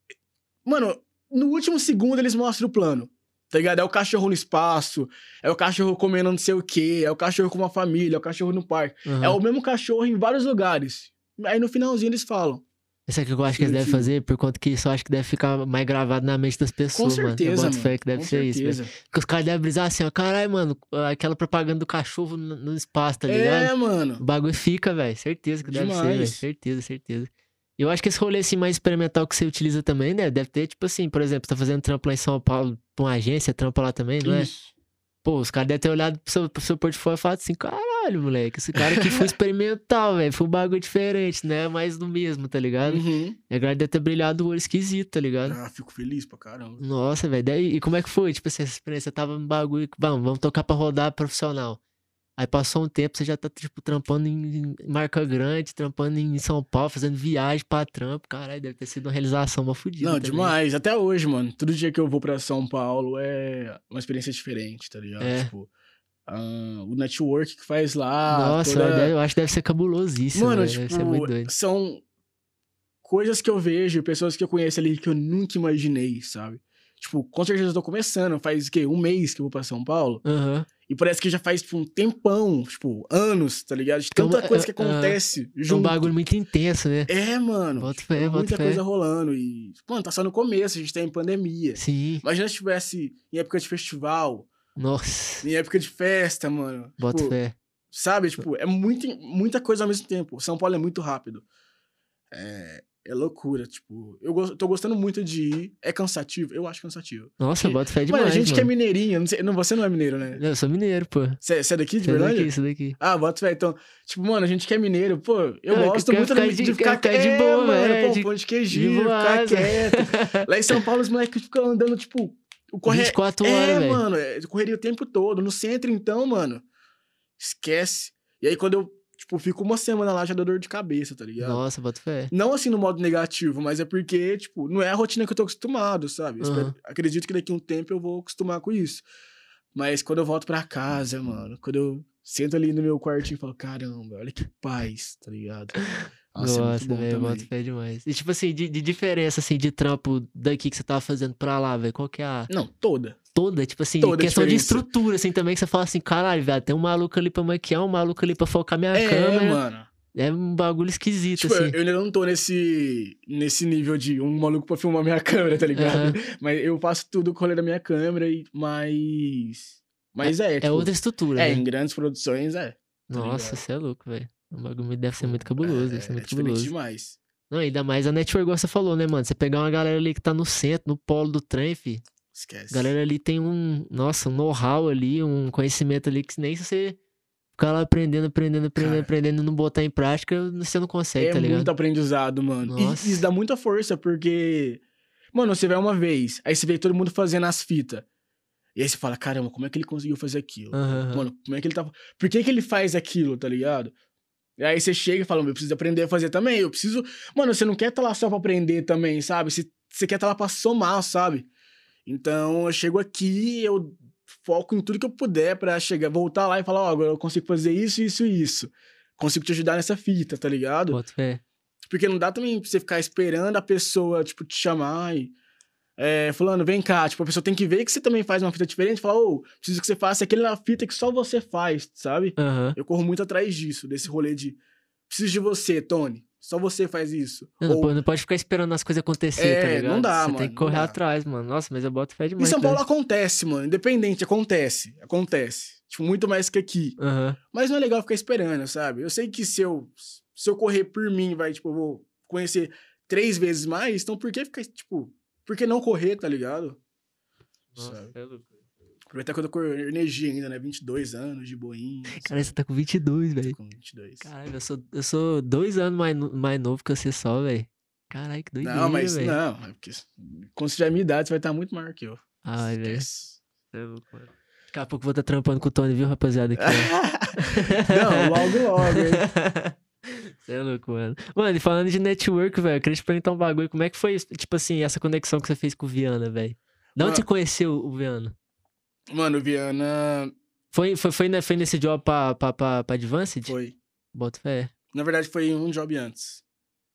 Mano, no último segundo eles mostram o plano. Tá ligado? É o cachorro no espaço, é o cachorro comendo não sei o quê, é o cachorro com uma família, é o cachorro no parque. É o mesmo cachorro em vários lugares. Aí no finalzinho eles falam. Isso é que eu acho que eles devem fazer, por conta que isso eu acho que deve ficar mais gravado na mente das pessoas, mano. Com certeza, mano. Eu boto fé que deve ser isso, velho. Porque os caras devem brisar assim, ó, caralho, mano, aquela propaganda do cachorro no espaço, tá ligado? Mano. O bagulho fica, velho. Certeza que deve ser, velho. Certeza. Eu acho que esse rolê assim mais experimental que você utiliza também, né? Deve ter, tipo assim, por exemplo, você tá fazendo trampo lá em São Paulo pra uma agência, trampa lá também, não é? Isso. Pô, os caras devem ter olhado pro seu portfólio e falado assim, caralho, moleque, esse cara aqui foi experimental, velho. Foi um bagulho diferente, né? Mais do mesmo, tá ligado? E agora deve ter brilhado o olho esquisito, tá ligado? Fico feliz pra caramba. Nossa, velho. E como é que foi? Tipo assim, essa experiência tava no bagulho, vamos tocar pra rodar profissional. Aí passou um tempo, você já tá, tipo, trampando em marca grande, trampando em São Paulo, fazendo viagem pra trampo. Caralho, deve ter sido uma realização, uma fodida. Não, também. demais. Até hoje, mano. Todo dia que eu vou pra São Paulo é uma experiência diferente, tá ligado? Tipo, o network que faz lá. Nossa, eu acho que deve ser cabulosíssimo. Mano, tipo, deve ser muito doido. São coisas que eu vejo, pessoas que eu conheço ali que eu nunca imaginei, sabe? Tipo, com certeza eu tô começando. Faz, o quê? Um mês que eu vou pra São Paulo. E parece que já faz, tipo, um tempão, tipo, anos, tá ligado? De tanta coisa que acontece junto. É um bagulho muito intenso, né? Mano. Bota fé. Muita coisa rolando. E, mano, tá só no começo, a gente tá em pandemia. Sim. Imagina se tivesse em época de festival. Nossa. Em época de festa, mano. Bota fé. Sabe? Tipo, é muita coisa ao mesmo tempo. São Paulo é muito rápido. É loucura, tipo... Eu tô gostando muito de ir. É cansativo? Eu acho cansativo. Nossa, bota fé demais, mano. A gente que é mineirinho, não sei, você não é mineiro, né? Eu sou mineiro, pô. Você é daqui, de verdade? Isso daqui. Bota fé, então... Tipo, mano, a gente que é mineiro, pô... Eu gosto muito de ficar de boa, mano. Pô, pão de queijinho, ficar quieto. Lá em São Paulo, os moleques ficam andando, tipo... 24 horas, velho. Mano, correria o tempo todo. No centro, então, mano... Esquece. E aí, quando eu... Tipo, fico uma semana lá, já dá dor de cabeça, tá ligado? Nossa, bota fé. Não assim no modo negativo, mas é porque, tipo, não é a rotina que eu tô acostumado, sabe? Acredito que daqui a um tempo eu vou acostumar com isso. Mas quando eu volto pra casa, mano, quando eu sento ali no meu quartinho e falo, caramba, olha que paz, tá ligado? Nossa, é muito Gosto, bom velho, eu boto também. fé demais. E tipo assim, de diferença, assim, de trampo daqui que você tava fazendo pra lá, velho, qual que é a... Não, toda. Toda, tipo assim, Toda a questão de diferença. estrutura, assim, também, que você fala assim, caralho, velho, tem um maluco ali pra maquiar, um maluco ali pra focar minha É, câmera. mano. É um bagulho esquisito, Tipo, eu assim. ainda não tô nesse nível de um maluco pra filmar minha câmera, tá ligado? Aham. Mas eu faço tudo com o rolê da minha câmera, mas É tipo... outra estrutura, É, né? em grandes produções, tá Nossa, ligado? você é louco, velho. O bagulho deve ser muito Tipo, cabuloso, deve ser é muito diferente cabuloso. demais. Não, ainda mais a network, igual você falou, né, mano? Você pegar uma galera ali que tá no centro, no polo do trem, fi. Esquece. A galera ali tem nossa, um know-how ali, um conhecimento ali que nem se você ficar lá aprendendo Cara, e não botar em prática, você não consegue, é tá muito ligado? aprendizado, mano. E isso Nossa. dá muita força, porque... Mano, você vai uma vez, aí você vê todo mundo fazendo as fitas. E aí você fala, caramba, como é que ele conseguiu fazer aquilo? Aham, aham. Mano, como é que ele tá... Por que ele faz aquilo, tá ligado? E aí você chega e fala, eu preciso aprender a fazer também, eu preciso... Mano, você não quer estar lá só pra aprender também, sabe? Você quer estar lá pra somar, sabe? Então, eu chego aqui, eu foco em tudo que eu puder pra chegar, voltar lá e falar, ó, agora eu consigo fazer isso, isso e isso. Consigo te ajudar nessa fita, tá ligado? Boto fé. Porque não dá também pra você ficar esperando a pessoa, tipo, te chamar e... fulano, vem cá. Tipo, a pessoa tem que ver que você também faz uma fita diferente e falar, ô, preciso que você faça aquela fita que só você faz, sabe? Aham. Eu corro muito atrás disso, desse rolê de preciso de você, Tony. Só você faz isso. Ou, Não pode ficar esperando as coisas acontecer, tá não ligado? dá, Você tem mano, que não correr dá. atrás, mano. Nossa, mas eu boto fé Em demais São com Paulo isso. acontece, mano. Independente, acontece. Tipo, muito mais que aqui. Aham. Mas não é legal ficar esperando, sabe? Eu sei que se eu correr por mim, vai, tipo, eu vou conhecer 3 vezes mais, então por que ficar, tipo, por que não correr, tá ligado? Nossa, Sabe? é louco. Aproveitar que eu tô com energia ainda, né? 22 anos de boinha. Cara, você tá com 22, velho. Com 22. Caralho, eu sou 2 anos mais novo que você só, velho. Caralho, que Não, doideira, mas velho. não. É porque, quando você tiver a minha idade, você vai estar muito maior que eu. Ai, velho. Esquece. Você é louco, mano. Daqui a pouco eu vou estar trampando com o Tony, viu, rapaziada? Aqui, ó. Não, logo, hein? Você é louco, mano. Mano, e falando de network, velho, eu queria te perguntar um bagulho. Como é que foi, tipo assim, essa conexão que você fez com o Viana, velho? De onde você conheceu o Viana? Mano, o Viana Foi nesse job pra Advanced? foi. Bota fé. Na verdade, foi um job antes.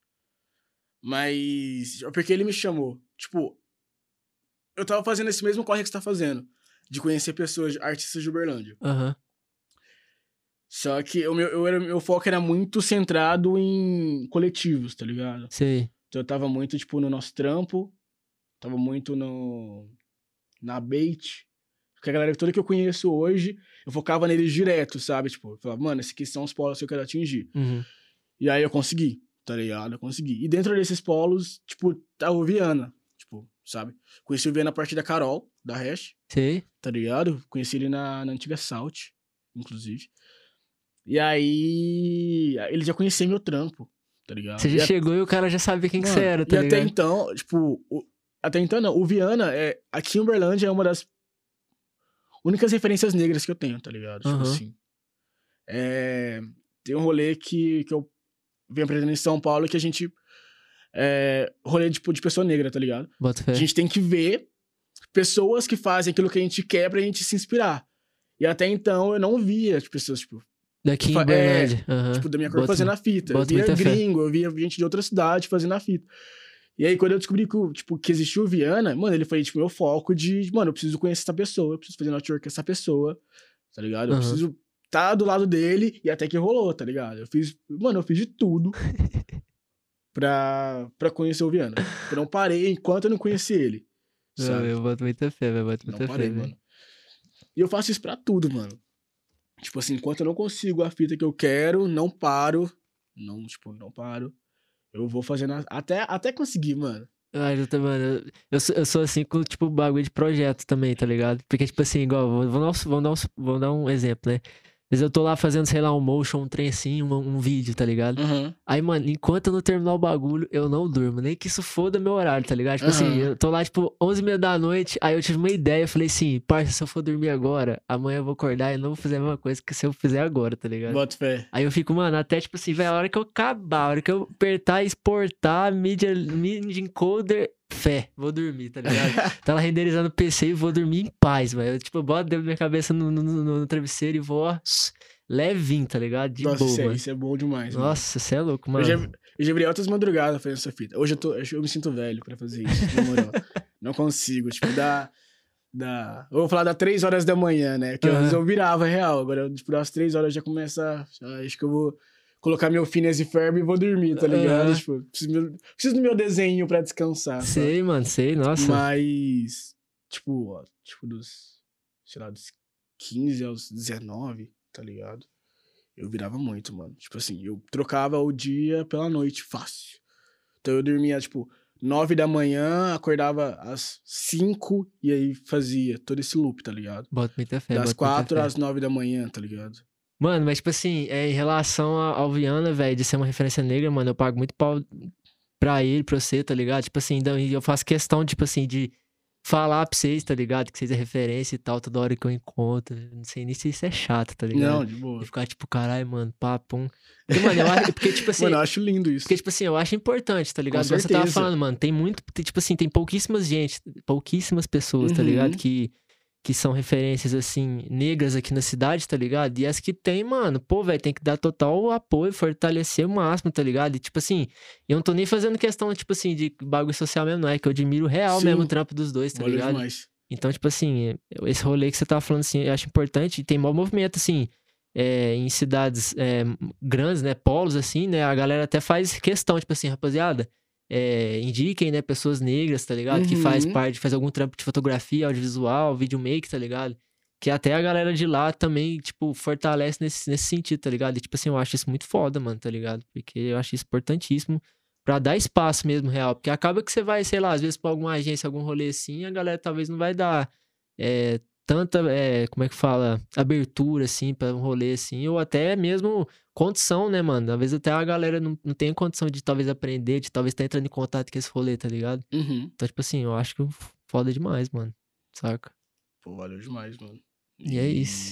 Mas... Porque ele me chamou. Tipo, eu tava fazendo esse mesmo corre que você tá fazendo. De conhecer pessoas, artistas de Uberlândia. Aham. Só que meu foco era muito centrado em coletivos, tá ligado? Sei. Então eu tava muito, tipo, no nosso trampo. Tava muito na Bait. Porque a galera toda que eu conheço hoje, eu focava neles direto, sabe? Tipo, eu falava, mano, esses aqui são os polos que eu quero atingir. Uhum. E aí eu consegui, tá ligado? Eu consegui. E dentro desses polos, tipo, tá o Viana, tipo, sabe? Conheci o Viana a partir da Carol, da Hash, Sei. tá ligado? Conheci ele na antiga Salt, inclusive. E aí, ele já conhecia meu trampo, tá ligado? Você já chegou e o cara já sabia quem que você era, tá e ligado? até então, tipo, até então não, o Viana, aqui em Uberlândia, é uma das únicas referências negras que eu tenho, tá ligado? Tipo assim. Tem um rolê que eu venho aprendendo em São Paulo que a gente... rolê tipo, de pessoa negra, tá ligado? Bota fé. A gente tem que ver pessoas que fazem aquilo que a gente quer pra gente se inspirar. E até então eu não via tipo, pessoas, tipo... Daqui em Uberlândia. Tipo, da minha cor fazendo a fita. Eu via gringo, eu via gente de outra cidade fazendo a fita. E aí, quando eu descobri que existiu o Viana, mano, ele foi, tipo, meu foco de... Mano, eu preciso conhecer essa pessoa, eu preciso fazer network com essa pessoa, tá ligado? Eu preciso estar do lado dele e até que rolou, tá ligado? Eu fiz de tudo pra conhecer o Viana. Eu não parei enquanto eu não conheci ele, sabe? Eu boto muita fé, velho. Boto muita Não parei, fé, mano. E eu faço isso pra tudo, mano. Tipo assim, enquanto eu não consigo a fita que eu quero, não paro. Não paro. Eu vou fazendo até conseguir, mano. Mano, eu sou assim com, tipo, bagulho de projeto também, tá ligado? Porque, tipo assim, igual, vamos dar um exemplo, né? Às vezes eu tô lá fazendo, sei lá, um motion, um trem assim, um vídeo, tá ligado? Uhum. Aí, mano, enquanto eu não terminar o bagulho, eu não durmo. Nem que isso foda meu horário, tá ligado? Tipo assim, eu tô lá, tipo, 11h30 da noite, aí eu tive uma ideia, eu falei assim, parça, se eu for dormir agora, amanhã eu vou acordar e não vou fazer a mesma coisa que se eu fizer agora, tá ligado? Bota fé. Aí eu fico, mano, até tipo assim, velho, a hora que eu acabar, a hora que eu apertar, exportar, media encoder, fé, vou dormir, tá ligado? Tá lá renderizando o PC e vou dormir em paz, velho. Eu, tipo, boto dentro da minha cabeça no travesseiro e vou, ó, levinho, tá ligado? De Nossa, boa, mano. isso é bom demais, mano. Nossa, você é louco, mano. Eu já virei altas madrugadas fazendo essa fita. Hoje eu me sinto velho pra fazer isso, na moral. Não consigo, tipo, eu vou falar das 3 horas da manhã, né? Que antes eu virava real. Agora, tipo, das 3 horas já começa. Acho que eu vou colocar meu Phineas e Ferb e vou dormir, tá ligado? Tipo, preciso do meu desenho pra descansar. Sei, mano, sei, nossa. Mas, tipo, sei lá, dos 15 aos 19, tá ligado? Eu virava muito, mano. Tipo assim, eu trocava o dia pela noite, fácil. Então eu dormia, tipo, 9 da manhã, acordava às 5 e aí fazia todo esse loop, tá ligado? Bota muita fé, Das bota muita 4 fé. às 9 da manhã, tá ligado? Mano, mas tipo assim, em relação ao Viana, velho, de ser uma referência negra, mano, eu pago muito pau pra ele, pra você, tá ligado? Tipo assim, eu faço questão, tipo assim, de falar pra vocês, tá ligado? Que vocês é referência e tal, toda hora que eu encontro. Não sei nem se isso é chato, tá ligado? Não, de boa. E ficar tipo, caralho, mano, papum. Porque, mano, eu acho. Porque, tipo assim. Mano, eu acho lindo isso. Porque, tipo assim, eu acho importante, tá ligado? Com Igual você tava certeza. falando, mano, tipo assim, tem pouquíssimas pessoas, tá ligado? Que são referências, assim, negras aqui na cidade, tá ligado? E as que tem, mano, pô, velho, tem que dar total apoio, fortalecer o máximo, tá ligado? E, tipo assim, eu não tô nem fazendo questão, tipo assim, de bagulho social mesmo, não. É que eu admiro real mesmo o trampo dos dois, tá Valeu ligado? demais. Então, tipo assim, esse rolê que você tava falando, assim, eu acho importante. E tem maior movimento, assim, em cidades grandes, né? Polos, assim, né? A galera até faz questão, tipo assim, rapaziada, indiquem, né? Pessoas negras, tá ligado? Que faz algum trampo de fotografia, audiovisual, videomaker, tá ligado? Que até a galera de lá também, tipo, fortalece nesse sentido, tá ligado? E, tipo assim, eu acho isso muito foda, mano, tá ligado? Porque eu acho isso importantíssimo pra dar espaço mesmo, real. Porque acaba que você vai, sei lá, às vezes pra alguma agência, algum rolê assim, a galera talvez não vai dar tanta, como é que fala, abertura, assim, pra um rolê assim, ou até mesmo condição, né, mano? Às vezes até a galera não tem condição de talvez aprender, de talvez estar entrando em contato com esse rolê, tá ligado? Então, tipo assim, eu acho que foda demais, mano. Saca? Pô, valeu demais, mano. E é isso.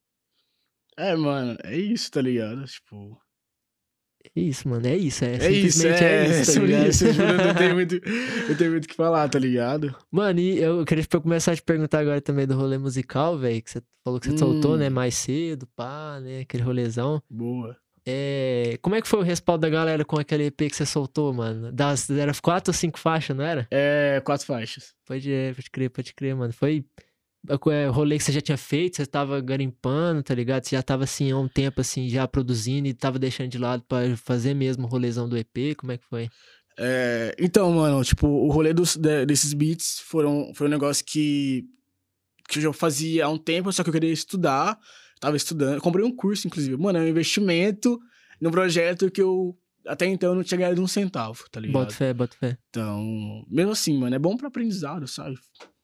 Mano, é isso, tá ligado? Tipo... É isso, mano. É isso. Simplesmente É isso, tá sobre ligado? isso. Eu não tenho muito o que falar, tá ligado? Mano, e eu queria começar a te perguntar agora também do rolê musical, velho, que você falou que você soltou, né, mais cedo, pá, né, aquele rolezão. Boa. Como é que foi o respaldo da galera com aquele EP que você soltou, mano? Era 4 ou 5 faixas, não era? 4 faixas. Pode crer, mano. Foi rolê que você já tinha feito, você tava garimpando, tá ligado? Você já tava, assim, há um tempo, assim, já produzindo e tava deixando de lado pra fazer mesmo o rolezão do EP? Como é que foi? Então, mano, tipo, o rolê desses beats foi um negócio que eu já fazia há um tempo, só que eu queria estudar. Tava estudando. Comprei um curso, inclusive. Mano, é um investimento num projeto que eu até então não tinha ganhado um centavo, tá ligado? Bota fé. Então, mesmo assim, mano, é bom pra aprendizado, sabe?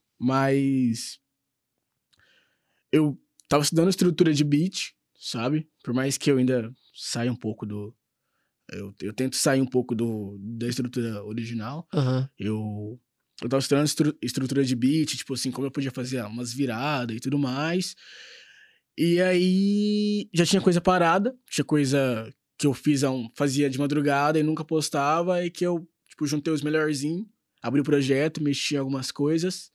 Mas eu tava estudando estrutura de beat, sabe? Por mais que eu ainda saia um pouco do... Eu tento sair um pouco da estrutura original. Eu tava estudando estrutura de beat, tipo assim, como eu podia fazer umas viradas e tudo mais. E aí, já tinha coisa parada, tinha coisa que eu fazia de madrugada e nunca postava, e que eu, tipo, juntei os melhorzinhos, abri o projeto, mexi em algumas coisas,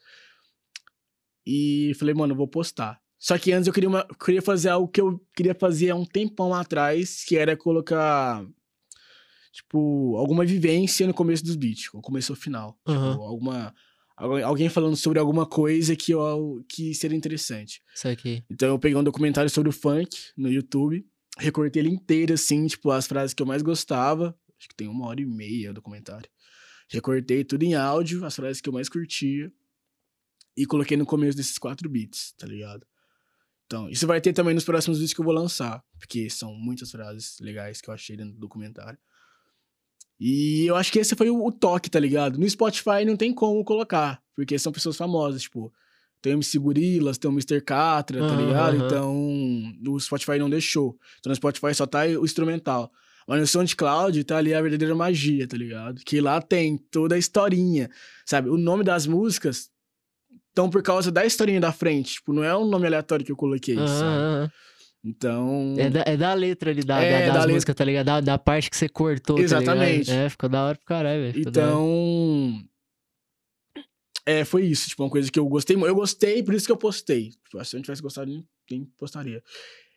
e falei, mano, eu vou postar. Só que antes eu queria fazer algo que eu queria fazer há um tempão atrás, que era colocar, tipo, alguma vivência no começo dos beats, no começo ao final. Tipo, alguém falando sobre alguma coisa que seria interessante. Isso aqui. Então eu peguei um documentário sobre o funk no YouTube, recortei ele inteiro, assim, tipo, as frases que eu mais gostava. Acho que tem 1h30 o documentário. Recortei tudo em áudio, as frases que eu mais curtia, e coloquei no começo desses 4 beats, tá ligado? Então, isso vai ter também nos próximos vídeos que eu vou lançar, porque são muitas frases legais que eu achei dentro do documentário. E eu acho que esse foi o toque, tá ligado? No Spotify não tem como colocar, porque são pessoas famosas, tipo... Tem o MC Gorillaz, tem o Mr. Catra, tá ligado? Então, o Spotify não deixou. Então, no Spotify só tá o instrumental. Mas no SoundCloud tá ali a verdadeira magia, tá ligado? Que lá tem toda a historinha, sabe? O nome das músicas estão por causa da historinha da frente. Tipo, não é um nome aleatório que eu coloquei, sabe? Então... É da letra ali, das músicas, tá ligado? Da parte que você cortou, exatamente. Tá ligado? Ficou da hora pro caralho, velho. Então... foi isso, tipo, uma coisa que eu gostei. Eu gostei, por isso que eu postei. Tipo, se eu não tivesse gostado, nem postaria.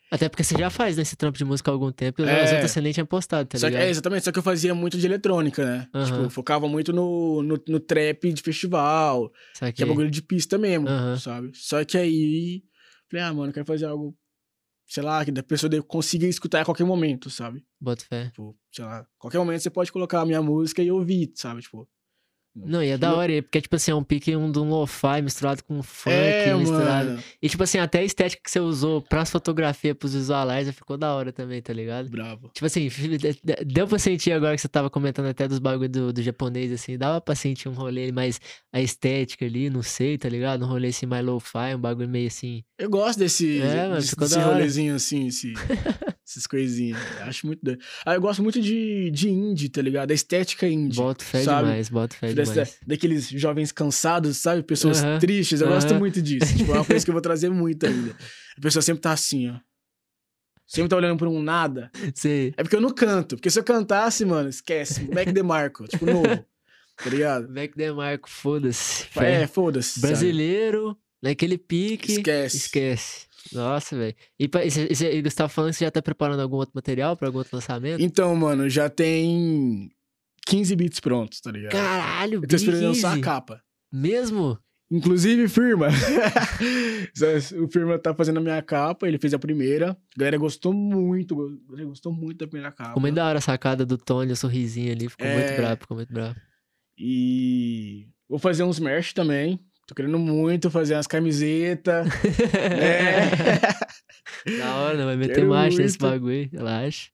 Até porque você já faz, né, esse trampo de música há algum tempo, e as outras você nem tinha postado, tá ligado? Exatamente, só que eu fazia muito de eletrônica, né? Aham. Tipo, eu focava muito no trap de festival, que é Saquei. bagulho de pista mesmo, Aham. sabe? Só que aí, falei, mano, eu quero fazer algo, sei lá, que a pessoa consiga escutar a qualquer momento, sabe? Bota fé. Tipo, sei lá, qualquer momento você pode colocar a minha música e ouvir, sabe? Tipo, Não, e é da hora, porque, tipo assim, é um pique de um lo-fi misturado com funk, misturado. mano. E, tipo assim, até a estética que você usou pras fotografias, pros visualizers, ficou da hora também, tá ligado? Bravo. Tipo assim, deu pra sentir agora que você tava comentando até dos bagulho do japonês, assim, dava pra sentir um rolê mais a estética ali, não sei, tá ligado? Um rolê assim mais lo-fi, um bagulho meio assim. Eu gosto Mano, ficou desse da hora. rolezinho assim, essas coisinhas. Acho muito doido. Eu gosto muito de indie, tá ligado? Da estética indie. Boto fé sabe? demais, boto fé demais. Daqueles jovens cansados, sabe? Pessoas Aham, tristes. Eu gosto aham. muito disso. Tipo, é uma coisa que eu vou trazer muito ainda. A pessoa sempre tá assim, ó. Sempre tá olhando por um nada. Sei. É porque eu não canto. Porque se eu cantasse, mano, esquece. Mac DeMarco, tipo, novo. Tá ligado? Mac DeMarco, foda-se. Foda-se. Brasileiro, naquele pique. Esquece. Esquece. Nossa, velho. E você tava falando que você já tá preparando algum outro material pra algum outro lançamento? Então, mano, já tem 15 beats prontos, tá ligado? Caralho, Eu tô esperando lançar a 15. capa. Mesmo? Inclusive, Firma. O Firma tá fazendo a minha capa, ele fez a primeira. A galera gostou muito da primeira capa. Ficou muito da hora a sacada do Tony, o sorrisinho ali. Ficou muito brabo, ficou muito brabo. E vou fazer uns merch também. Tô querendo muito fazer umas camisetas. né? Da hora, vai meter Quero marcha nesse muito. bagulho aí, relaxa.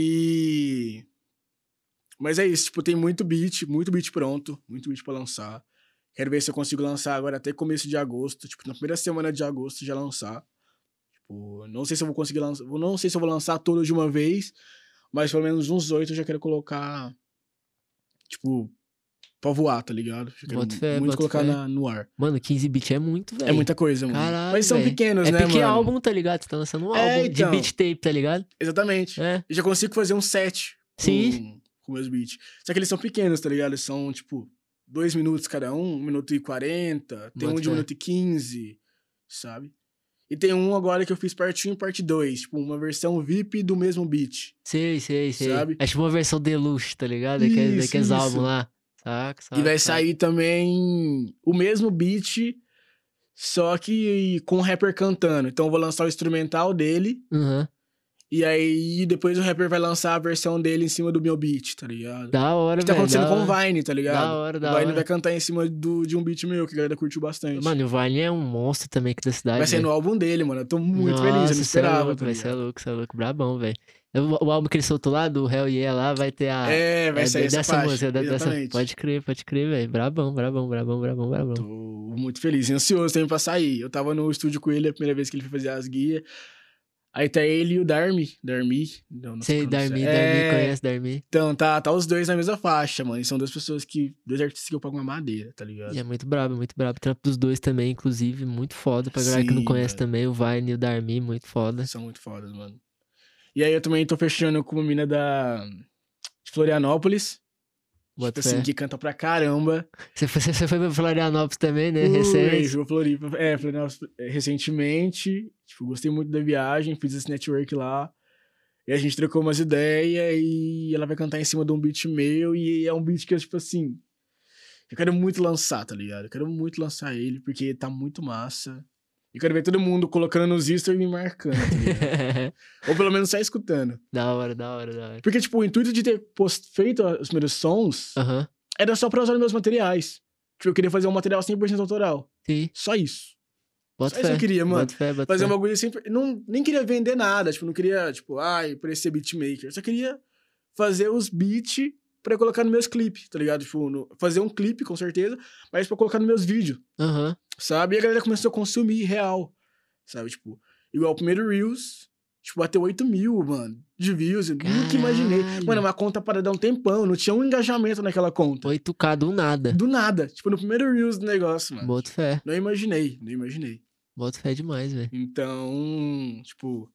Mas é isso, tipo, tem muito beat pronto, muito beat pra lançar. Quero ver se eu consigo lançar agora até começo de agosto, tipo, na primeira semana de agosto já lançar. Tipo, não sei se eu vou conseguir lançar, não sei se eu vou lançar todos de uma vez, mas pelo menos uns 8 eu já quero colocar, tipo, pra voar, tá ligado? Já quero Bota fé, muito bota colocar fé. no ar. Mano, 15 bits é muito, velho. É muita coisa, mano. Caralho, Mas são véi. pequenos, é né, pequeno mano? álbum, tá ligado? Você tá lançando um álbum de então. beat tape, tá ligado? Exatamente. É. Eu já consigo fazer um set Sim. com meus beats. Só que eles são pequenos, tá ligado? Eles são, tipo, 2 minutos cada um, 1 minuto e 40, tem Bota um de 1 fé. minuto e 15, sabe? E tem um agora que eu fiz parte 1 e parte 2, tipo, uma versão VIP do mesmo beat. Sei. Sabe? É tipo uma versão deluxe, tá ligado? Isso, Daqueles isso. álbuns lá. Saca. E vai sair também o mesmo beat, só que com o rapper cantando. Então eu vou lançar o instrumental dele, Uhum. e aí depois o rapper vai lançar a versão dele em cima do meu beat, tá ligado? Da hora, O que tá velho. acontecendo da com o hora. Vine, tá ligado? Da hora, o da Vine hora. vai cantar em cima de um beat meu, que a galera curtiu bastante. Mano, o Vine é um monstro também aqui da cidade. Vai sair no álbum dele, mano. Eu tô muito feliz, eu Nossa, não esperava, tá cê é ligado? louco, brabão, velho. O álbum que ele soltou lá, do Hell Yeah lá, vai ter a... Vai sair essa dessa faixa, música, dessa... exatamente. Pode crer, velho. Brabão. Tô muito feliz e ansioso também pra sair. Eu tava no estúdio com ele a primeira vez que ele foi fazer as guias. Aí tá ele e o Darmi. Não Sei, Darmi, conhece Darmi. Então, tá os dois na mesma faixa, mano. E são dois artistas que eu pago uma madeira, tá ligado? E é muito brabo. O trampo dos dois também, inclusive, muito foda. Pra galera que não Sim, conhece velho. também, o Vine e o Darmi, muito foda. São muito fodas, mano. E aí eu também tô fechando com uma mina de Florianópolis. Bota Tipo assim, fé. que canta pra caramba. Você foi pra Florianópolis também, né? Recente. Fui pra Florianópolis recentemente. Tipo, gostei muito da viagem, fiz esse network lá. E a gente trocou umas ideias e ela vai cantar em cima de um beat meu. E é um beat que eu, tipo assim, eu quero muito lançar, tá ligado? Eu quero muito lançar ele, porque tá muito massa. Eu quero ver todo mundo colocando nos stories e me marcando, tá ligado? Ou pelo menos só escutando. Da hora. Porque, tipo, o intuito de ter feito os primeiros sons Aham. era só pra usar meus materiais. Tipo, eu queria fazer um material 100% autoral. Sim. Só isso. Bota Só isso que eu queria, mano. Bota fé. Fazer um bagulho sempre... Nem queria vender nada. Tipo, não queria, tipo, parecer beatmaker. Eu só queria fazer os beats pra colocar nos meus clipes, tá ligado? Tipo, fazer um clipe, com certeza, mas pra colocar nos meus vídeos. Aham. Sabe? E a galera começou a consumir real. Sabe? Tipo, igual o primeiro Reels, tipo, bateu 8 mil, mano, de views. Eu nunca imaginei. Mano, uma conta para dar um tempão. Não tinha um engajamento naquela conta. 8K do nada. Do nada. Tipo, no primeiro Reels do negócio, mano. Boto fé. Não imaginei. Boto fé demais, velho. Então, tipo,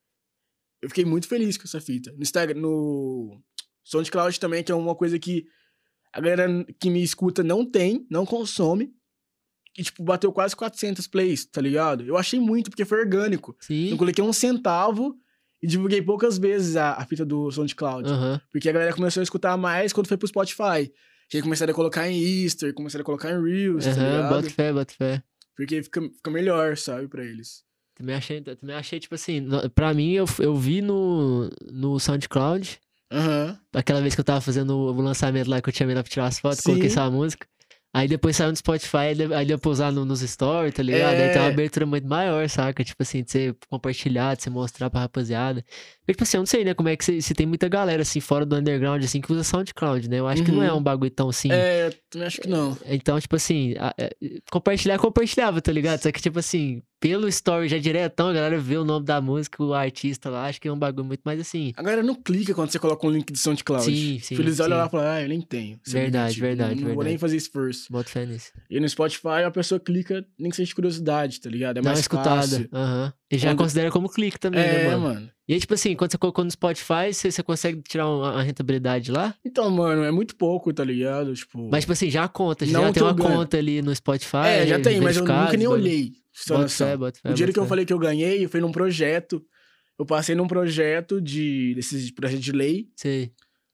eu fiquei muito feliz com essa fita. No Instagram, no SoundCloud também, que é uma coisa que a galera que me escuta não consome. E, tipo, bateu quase 400 plays, tá ligado? Eu achei muito, porque foi orgânico. Sim. Eu coloquei 1 centavo e divulguei poucas vezes a fita do SoundCloud. Porque a galera começou a escutar mais quando foi pro Spotify. E aí começaram a colocar em Easter, começaram a colocar em Reels, tá ligado? Bota fé. Porque fica melhor, sabe, pra eles. Também achei, tipo assim, pra mim, eu vi no SoundCloud, aquela vez que eu tava fazendo o lançamento lá, que eu tinha medo pra tirar as fotos, coloquei essa música. Aí depois saiu no Spotify, aí deu pra usar nos stories, tá ligado? Aí tem uma abertura muito maior, saca? Tipo assim, de você compartilhar, de você mostrar pra rapaziada. Porque, tipo assim, eu não sei, né, como é que se tem muita galera, assim, fora do underground, assim, que usa SoundCloud, né? Eu acho que não é um bagulho tão, assim... Eu também acho que não. Então, tipo assim, compartilhava, tá ligado? Só que, tipo assim, pelo story já diretão, a galera vê o nome da música, o artista lá, acho que é um bagulho muito mais assim. A galera não clica quando você coloca um link de SoundCloud. Sim. Eles olham lá e falam, eu nem tenho. Verdade. Não vou nem fazer esforço. Boto fé nisso. E no Spotify a pessoa clica, nem que seja de curiosidade, tá ligado? É Dá mais uma escutada. fácil. E já considera como clique também, né, mano? E aí, tipo assim, quando você colocou no Spotify, você consegue tirar uma rentabilidade lá? Então, mano, é muito pouco, tá ligado? Tipo... Mas, tipo assim, já conta, já tem uma conta ali no Spotify. Já tem, mas eu nunca nem olhei. Bota fé, o dinheiro que eu falei que eu ganhei foi num projeto. Eu passei num projeto desses projetos de lei. Sei.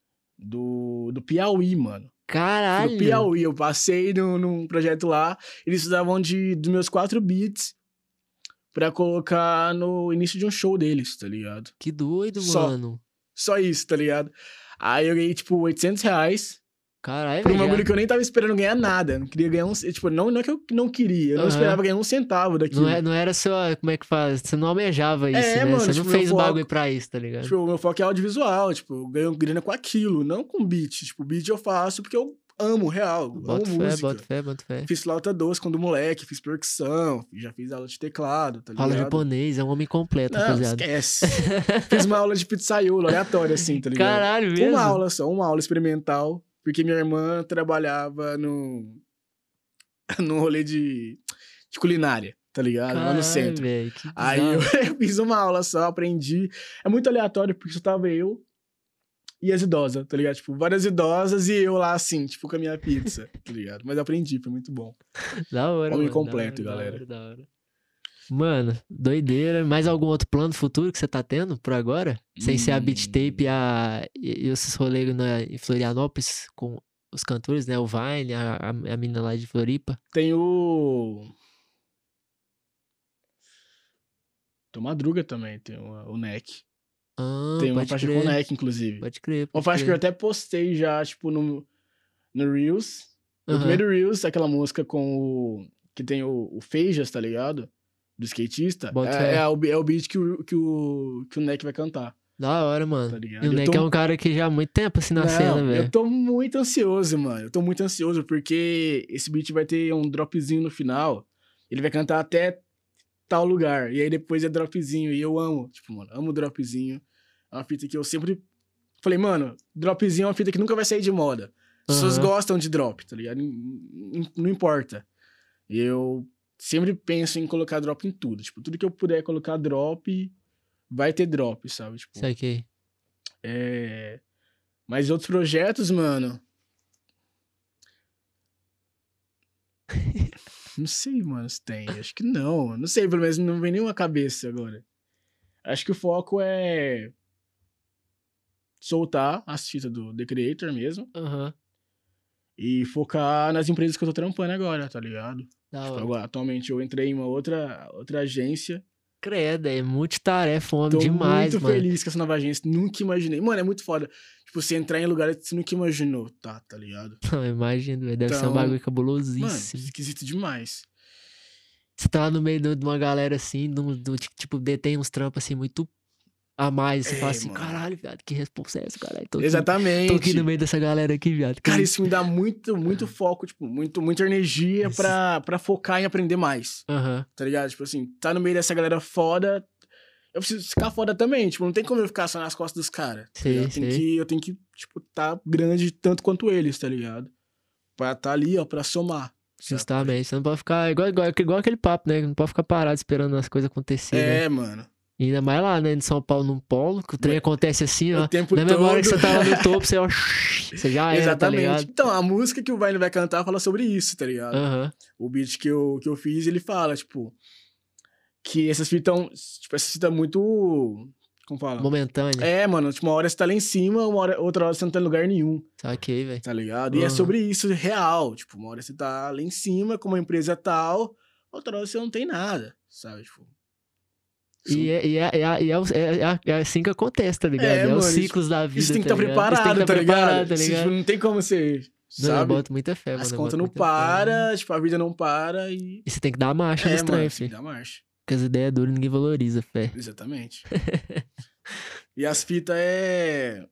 Do Piauí, mano. Caralho! Do Piauí, eu passei num projeto lá. Eles precisavam dos meus 4 beats pra colocar no início de um show deles, tá ligado? Que doido, mano. Só isso, tá ligado? Aí eu ganhei, tipo, R$800. Caralho, por um bagulho que eu nem tava esperando ganhar nada. Não queria ganhar Tipo, não é que eu não queria. Eu não esperava ganhar 1 centavo daquilo. Não era só... Como é que faz? Você não almejava isso, né? Mano, você tipo, não fez o bagulho pra isso, tá ligado? Tipo, o meu foco é audiovisual. Tipo, eu ganho grana com aquilo, não com beat. Tipo, beat eu faço porque eu amo real. Amo música. Bota fé. Fiz flauta doce quando moleque, fiz percussão, já fiz aula de teclado, tá ligado? Fala japonês, é um homem completo, rapaziada. Esquece. Fiz uma aula de pizzaiolo, aleatória assim, tá ligado? Caralho, mesmo? Uma aula experimental, porque minha irmã trabalhava no rolê de culinária, tá ligado? Caralho, lá no centro. Véio, aí eu fiz uma aula só, aprendi. É muito aleatório, porque só tava eu e as idosas, tá ligado? Tipo, várias idosas e eu lá assim, tipo, com a minha pizza, tá ligado? Mas eu aprendi, foi muito bom. Da hora, Homem mano, completo, galera. Da hora. Mano, doideira. Mais algum outro plano futuro que você tá tendo por agora? Sem ser a Beat Tape e esses rolês em Florianópolis com os cantores, né? O Vine, a menina lá de Floripa. Tem o Madruga também, tem o Neck. Tem uma faixa com o Neck, inclusive. Pode crer. Uma faixa que eu até postei já, tipo, no Reels. No primeiro Reels, aquela música com que tem o Feijas, tá ligado? Do skatista. É o beat que o Neck vai cantar. Da hora, mano. Tá ligado? E o Neck é um cara que já há muito tempo assim na cena, velho. Eu tô muito ansioso, mano. Eu tô muito ansioso porque esse beat vai ter um dropzinho no final. Ele vai cantar até tal lugar. E aí depois é dropzinho. E eu amo, tipo, mano, amo dropzinho. É uma fita que eu sempre falei, mano, dropzinho é uma fita que nunca vai sair de moda. As pessoas gostam de drop, tá ligado? Não importa. E eu sempre penso em colocar drop em tudo. Tipo, tudo que eu puder colocar drop, vai ter drop, sabe? Tipo, saquei. Mas outros projetos, mano... Não sei, mano, se tem. Acho que não. Não sei, pelo menos não vem nenhuma cabeça agora. Acho que o foco é soltar as fitas do The Creator mesmo. E focar nas empresas que eu tô trampando agora, tá ligado? Tipo, atualmente eu entrei em uma outra agência. Credo, é multitarefa, homem, demais, mano. Tô muito feliz com essa nova agência. Nunca imaginei. Mano, é muito foda. Tipo, você entrar em lugares que você nunca imaginou, tá ligado? Não, imagino, deve ser um bagulho cabulosíssimo. Mano, esquisito demais. Você tá lá no meio de uma galera assim, tipo, detém uns trampos assim, muito a mais. Você fala assim, mano, caralho, viado, que responsa é essa, caralho? Exatamente. Tô aqui no meio dessa galera aqui, viado. Cara, isso me dá muito foco, tipo, muita energia pra focar em aprender mais. Tá ligado? Tipo assim, tá no meio dessa galera foda, eu preciso ficar foda também. Tipo, não tem como eu ficar só nas costas dos caras. Tá eu tenho que, tipo, tá grande tanto quanto eles, tá ligado? Pra tá ali, ó, pra somar. Justamente, você não pode ficar igual aquele papo, né? Não pode ficar parado esperando as coisas acontecerem. Mano. E ainda mais lá, né, em São Paulo, num polo, que o trem acontece assim, ó. O tempo Na mesma hora que todo. você tá lá no topo, você, ó, você já era, tá Exatamente. ligado? Então, a música que o Vine vai cantar fala sobre isso, tá ligado? Aham. O beat que eu fiz, ele fala, tipo, que essas fitas tipo, essas fitas muito... Como fala? Momentânea. É, mano, tipo, uma hora você tá lá em cima, outra hora você não tá em lugar nenhum, Saquei, velho. tá ligado? E é sobre isso real, tipo, uma hora você tá lá em cima com uma empresa tal, outra hora você não tem nada, sabe? Tipo... E é assim que acontece, tá ligado? É mano, os ciclos da vida, isso tem que tá estar ligado? preparado, tá ligado? Tá ligado? Tipo, não tem como você, Não, eu sabe? boto muita fé, mano. As eu contas boto não muita fé. param, tipo, a vida não para e... E você tem que dar marcha nos mano, trem, tem filho. que dar marcha. Porque as ideias duras ninguém valoriza, fé. Exatamente. E as fitas é...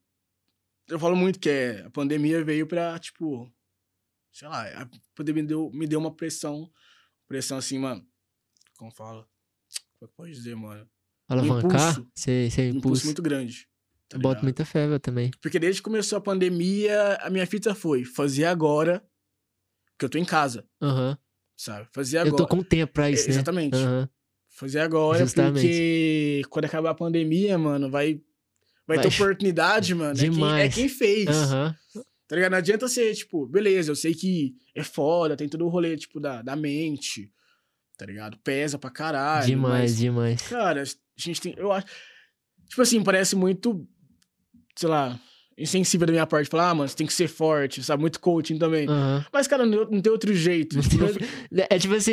Eu falo muito que a pandemia veio pra, tipo... Sei lá, a pandemia me deu uma pressão assim, mano... Como fala? Como é que pode dizer, mano? Alavancar? Impulso. Você Impulso impulso. muito grande. Tá Eu boto ligado? muita fé, velho, também. Porque desde que começou a pandemia, a minha fita foi fazer agora, que eu tô em casa, Aham. sabe? Fazer Eu agora. tô com tempo pra isso, né? Exatamente. Aham. Fazer agora, Justamente. porque quando acabar a pandemia, mano, vai ter oportunidade, mano. Demais. É quem fez. Aham. Tá ligado? Não adianta ser, tipo, beleza, eu sei que é foda, tem todo o rolê, tipo, da mente, tá ligado? Pesa pra caralho. Demais, mas, demais. cara, a gente tem. Eu acho. Tipo assim, parece muito, sei lá, insensível da minha parte. Falar, mano, você tem que ser forte, sabe? Muito coaching também. Aham. Mas, cara, não tem outro jeito. Tipo, É tipo assim,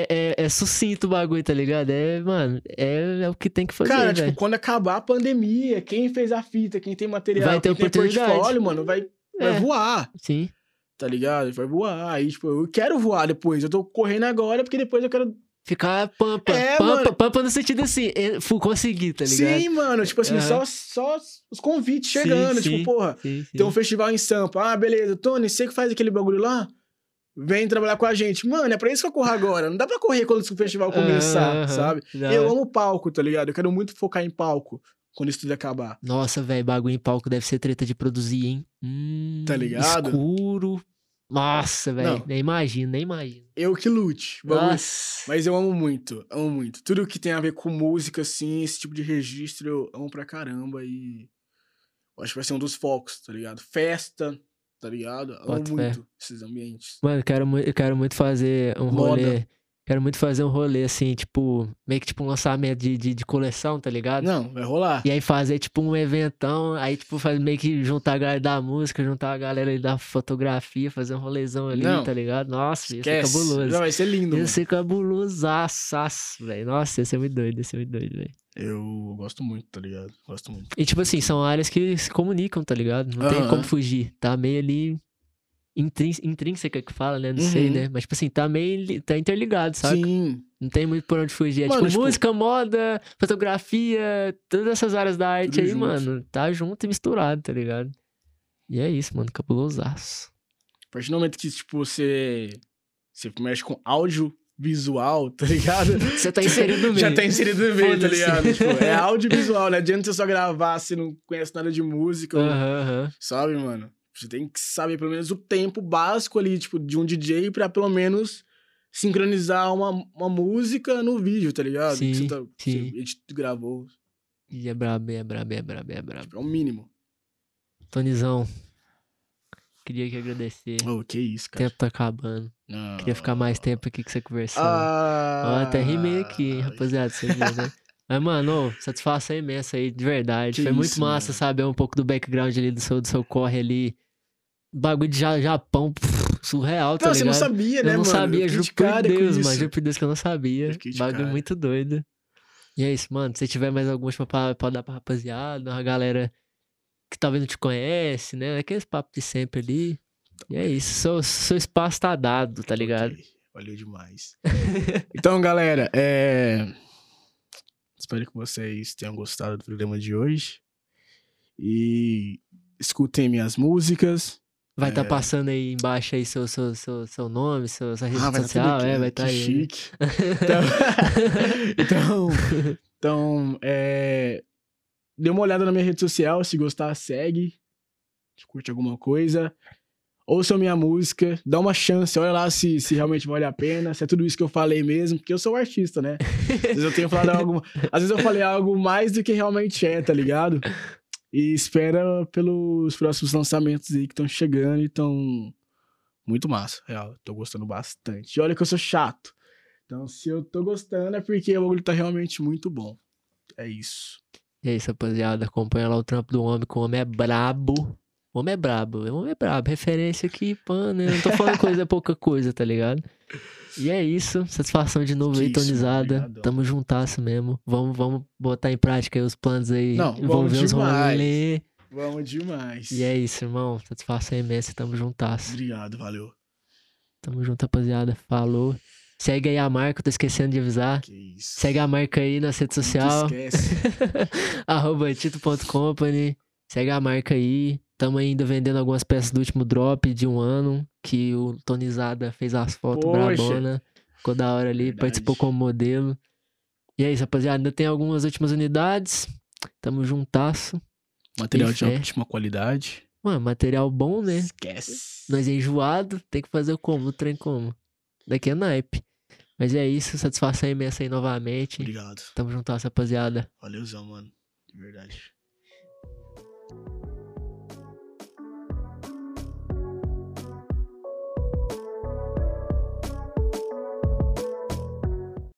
é sucinto o bagulho, tá ligado? Mano, é o que tem que fazer, cara, velho. tipo, quando acabar a pandemia, quem fez a fita, quem tem material, Vai ter quem tem oportunidade. portfólio, mano, vai voar, Sim. tá ligado? Vai voar. Aí, tipo, eu quero voar depois. Eu tô correndo agora porque depois eu quero... Ficar pampa. mano. Pampa no sentido assim, conseguir, tá ligado? Sim, mano, tipo assim, só os convites chegando, Sim, tipo, porra, sim. tem um festival em Sampa. Ah, beleza, Tony, você que faz aquele bagulho lá? Vem trabalhar com a gente. Mano, é pra isso que eu corro agora. Não dá pra correr quando o festival começar, sabe? Eu amo palco, tá ligado? Eu quero muito focar em palco quando isso tudo acabar. Nossa, velho, bagulho em palco deve ser treta de produzir, hein? Tá ligado? Escuro. Nossa, velho, Não. nem imagino. Eu que lute. Bagulho. Nossa. Mas eu amo muito, amo muito. Tudo que tem a ver com música, assim, esse tipo de registro, eu amo pra caramba e... Eu acho que vai ser um dos focos, tá ligado? Festa, tá ligado? Amo Boto fé. muito esses ambientes. Mano, eu quero muito fazer um Moda. rolê. Quero muito fazer um rolê, assim, tipo... Meio que tipo um lançamento de coleção, tá ligado? Não, vai rolar. E aí fazer, tipo, um eventão. Aí, tipo, meio que juntar a galera da música, juntar a galera ali da fotografia, fazer um rolezão ali, Não. tá ligado? Nossa, ia ser Esquece. cabuloso. Já vai ser lindo, Ia mano. ser cabulosaço, velho. Nossa, ia ser muito doido, velho. Eu gosto muito, tá ligado? Gosto muito. E, tipo assim, são áreas que se comunicam, tá ligado? Não tem como fugir. Tá meio ali... intrínseca que fala, né? Não sei, né? Mas, tipo assim, tá interligado, sabe? Sim. Não tem muito por onde fugir. É Mano, tipo, música, moda, fotografia, todas essas áreas da arte Tudo aí, junto. mano. Tá junto e misturado, tá ligado? E é isso, mano. Cabulosaço. A partir do momento que, tipo, você mexe com audiovisual, tá ligado? Você tá inserido no meio. Já tá inserido no meio, tá Foda-se. ligado? Tipo, é audiovisual, não adianta você só gravar se não conhece nada de música, Aham. sabe, mano? Você tem que saber pelo menos o tempo básico ali, tipo, de um DJ pra pelo menos sincronizar uma música no vídeo, tá ligado? Sim, que sim. você gravou. E é brabo. Tipo, é o mínimo. Tonizão. Queria que agradecer. Oh, que isso, O cara. tempo tá acabando. Não. Queria ficar mais tempo aqui com você conversando. Ah, Ó, até rimei aqui, hein, rapaziada, você viu, né? Mas, mano, satisfação imensa aí, de verdade. Que Foi muito isso, massa mano. saber um pouco do background ali, do seu corre ali. Bagulho de Japão, surreal, tá Não, ligado? você não sabia, né, Eu não mano? sabia, Eu fiquei juro de por cara com Deus, isso. mano. Juro por Deus que eu não sabia. Eu fiquei de Bagulho cara. muito doido. E é isso, mano. Se tiver mais alguma última pra dar pra rapaziada, uma galera que talvez não te conhece, né? Aqueles papos de sempre ali. E é isso, seu espaço tá dado, tá ligado? Ok, valeu demais. Então, galera, espero que vocês tenham gostado do programa de hoje. E escutem minhas músicas. Vai tá passando aí embaixo aí seu nome, sua rede Vai tá social, tudo aqui, vai estar que aí. chique. Então, dê uma olhada na minha rede social, se gostar, segue. Se curte alguma coisa. ouçam minha música, dá uma chance, olha lá se realmente vale a pena, se é tudo isso que eu falei mesmo, porque eu sou um artista, né? Às vezes eu tenho falado algo, às vezes eu falei algo mais do que realmente é, tá ligado? E espera pelos próximos lançamentos aí que estão chegando e estão muito massa, real, tô gostando bastante. E olha que eu sou chato, então se eu tô gostando é porque o bagulho tá realmente muito bom. É isso. E é isso, rapaziada. Acompanha lá o trampo do homem, que o homem é brabo. O homem é brabo, o homem é brabo. Referência aqui, pano. Eu não tô falando coisa, é pouca coisa, tá ligado? E é isso. Satisfação de novo Que aí, isso, Tonizada. obrigadão. Tamo juntasso mesmo. Vamos botar em prática aí os planos aí. Não, Vamos vamos ver os demais. rolê. Vamos demais. E é isso, irmão. Satisfação imensa. Tamo juntasso. Obrigado, valeu. Tamo junto, rapaziada. Falou. Segue aí a marca, tô esquecendo de avisar. Que isso. Segue a marca aí na rede social. Não esquece. @tito.company. Segue a marca aí. Tamo ainda vendendo algumas peças do último drop de 1 ano. Que o Tonizada fez as fotos Poxa. brabona. Ficou da hora ali. Verdade. Participou como modelo. E é isso, rapaziada. Ainda tem algumas últimas unidades. Tamo juntasso. Material E de fé. ótima qualidade. Mano, material bom, né? Esquece. Nós é enjoado. Tem que fazer como? O trem como? Daqui é naipe. Mas é isso. Satisfação imensa aí novamente. Obrigado. Tamo juntasso, rapaziada. Valeuzão, mano. De verdade.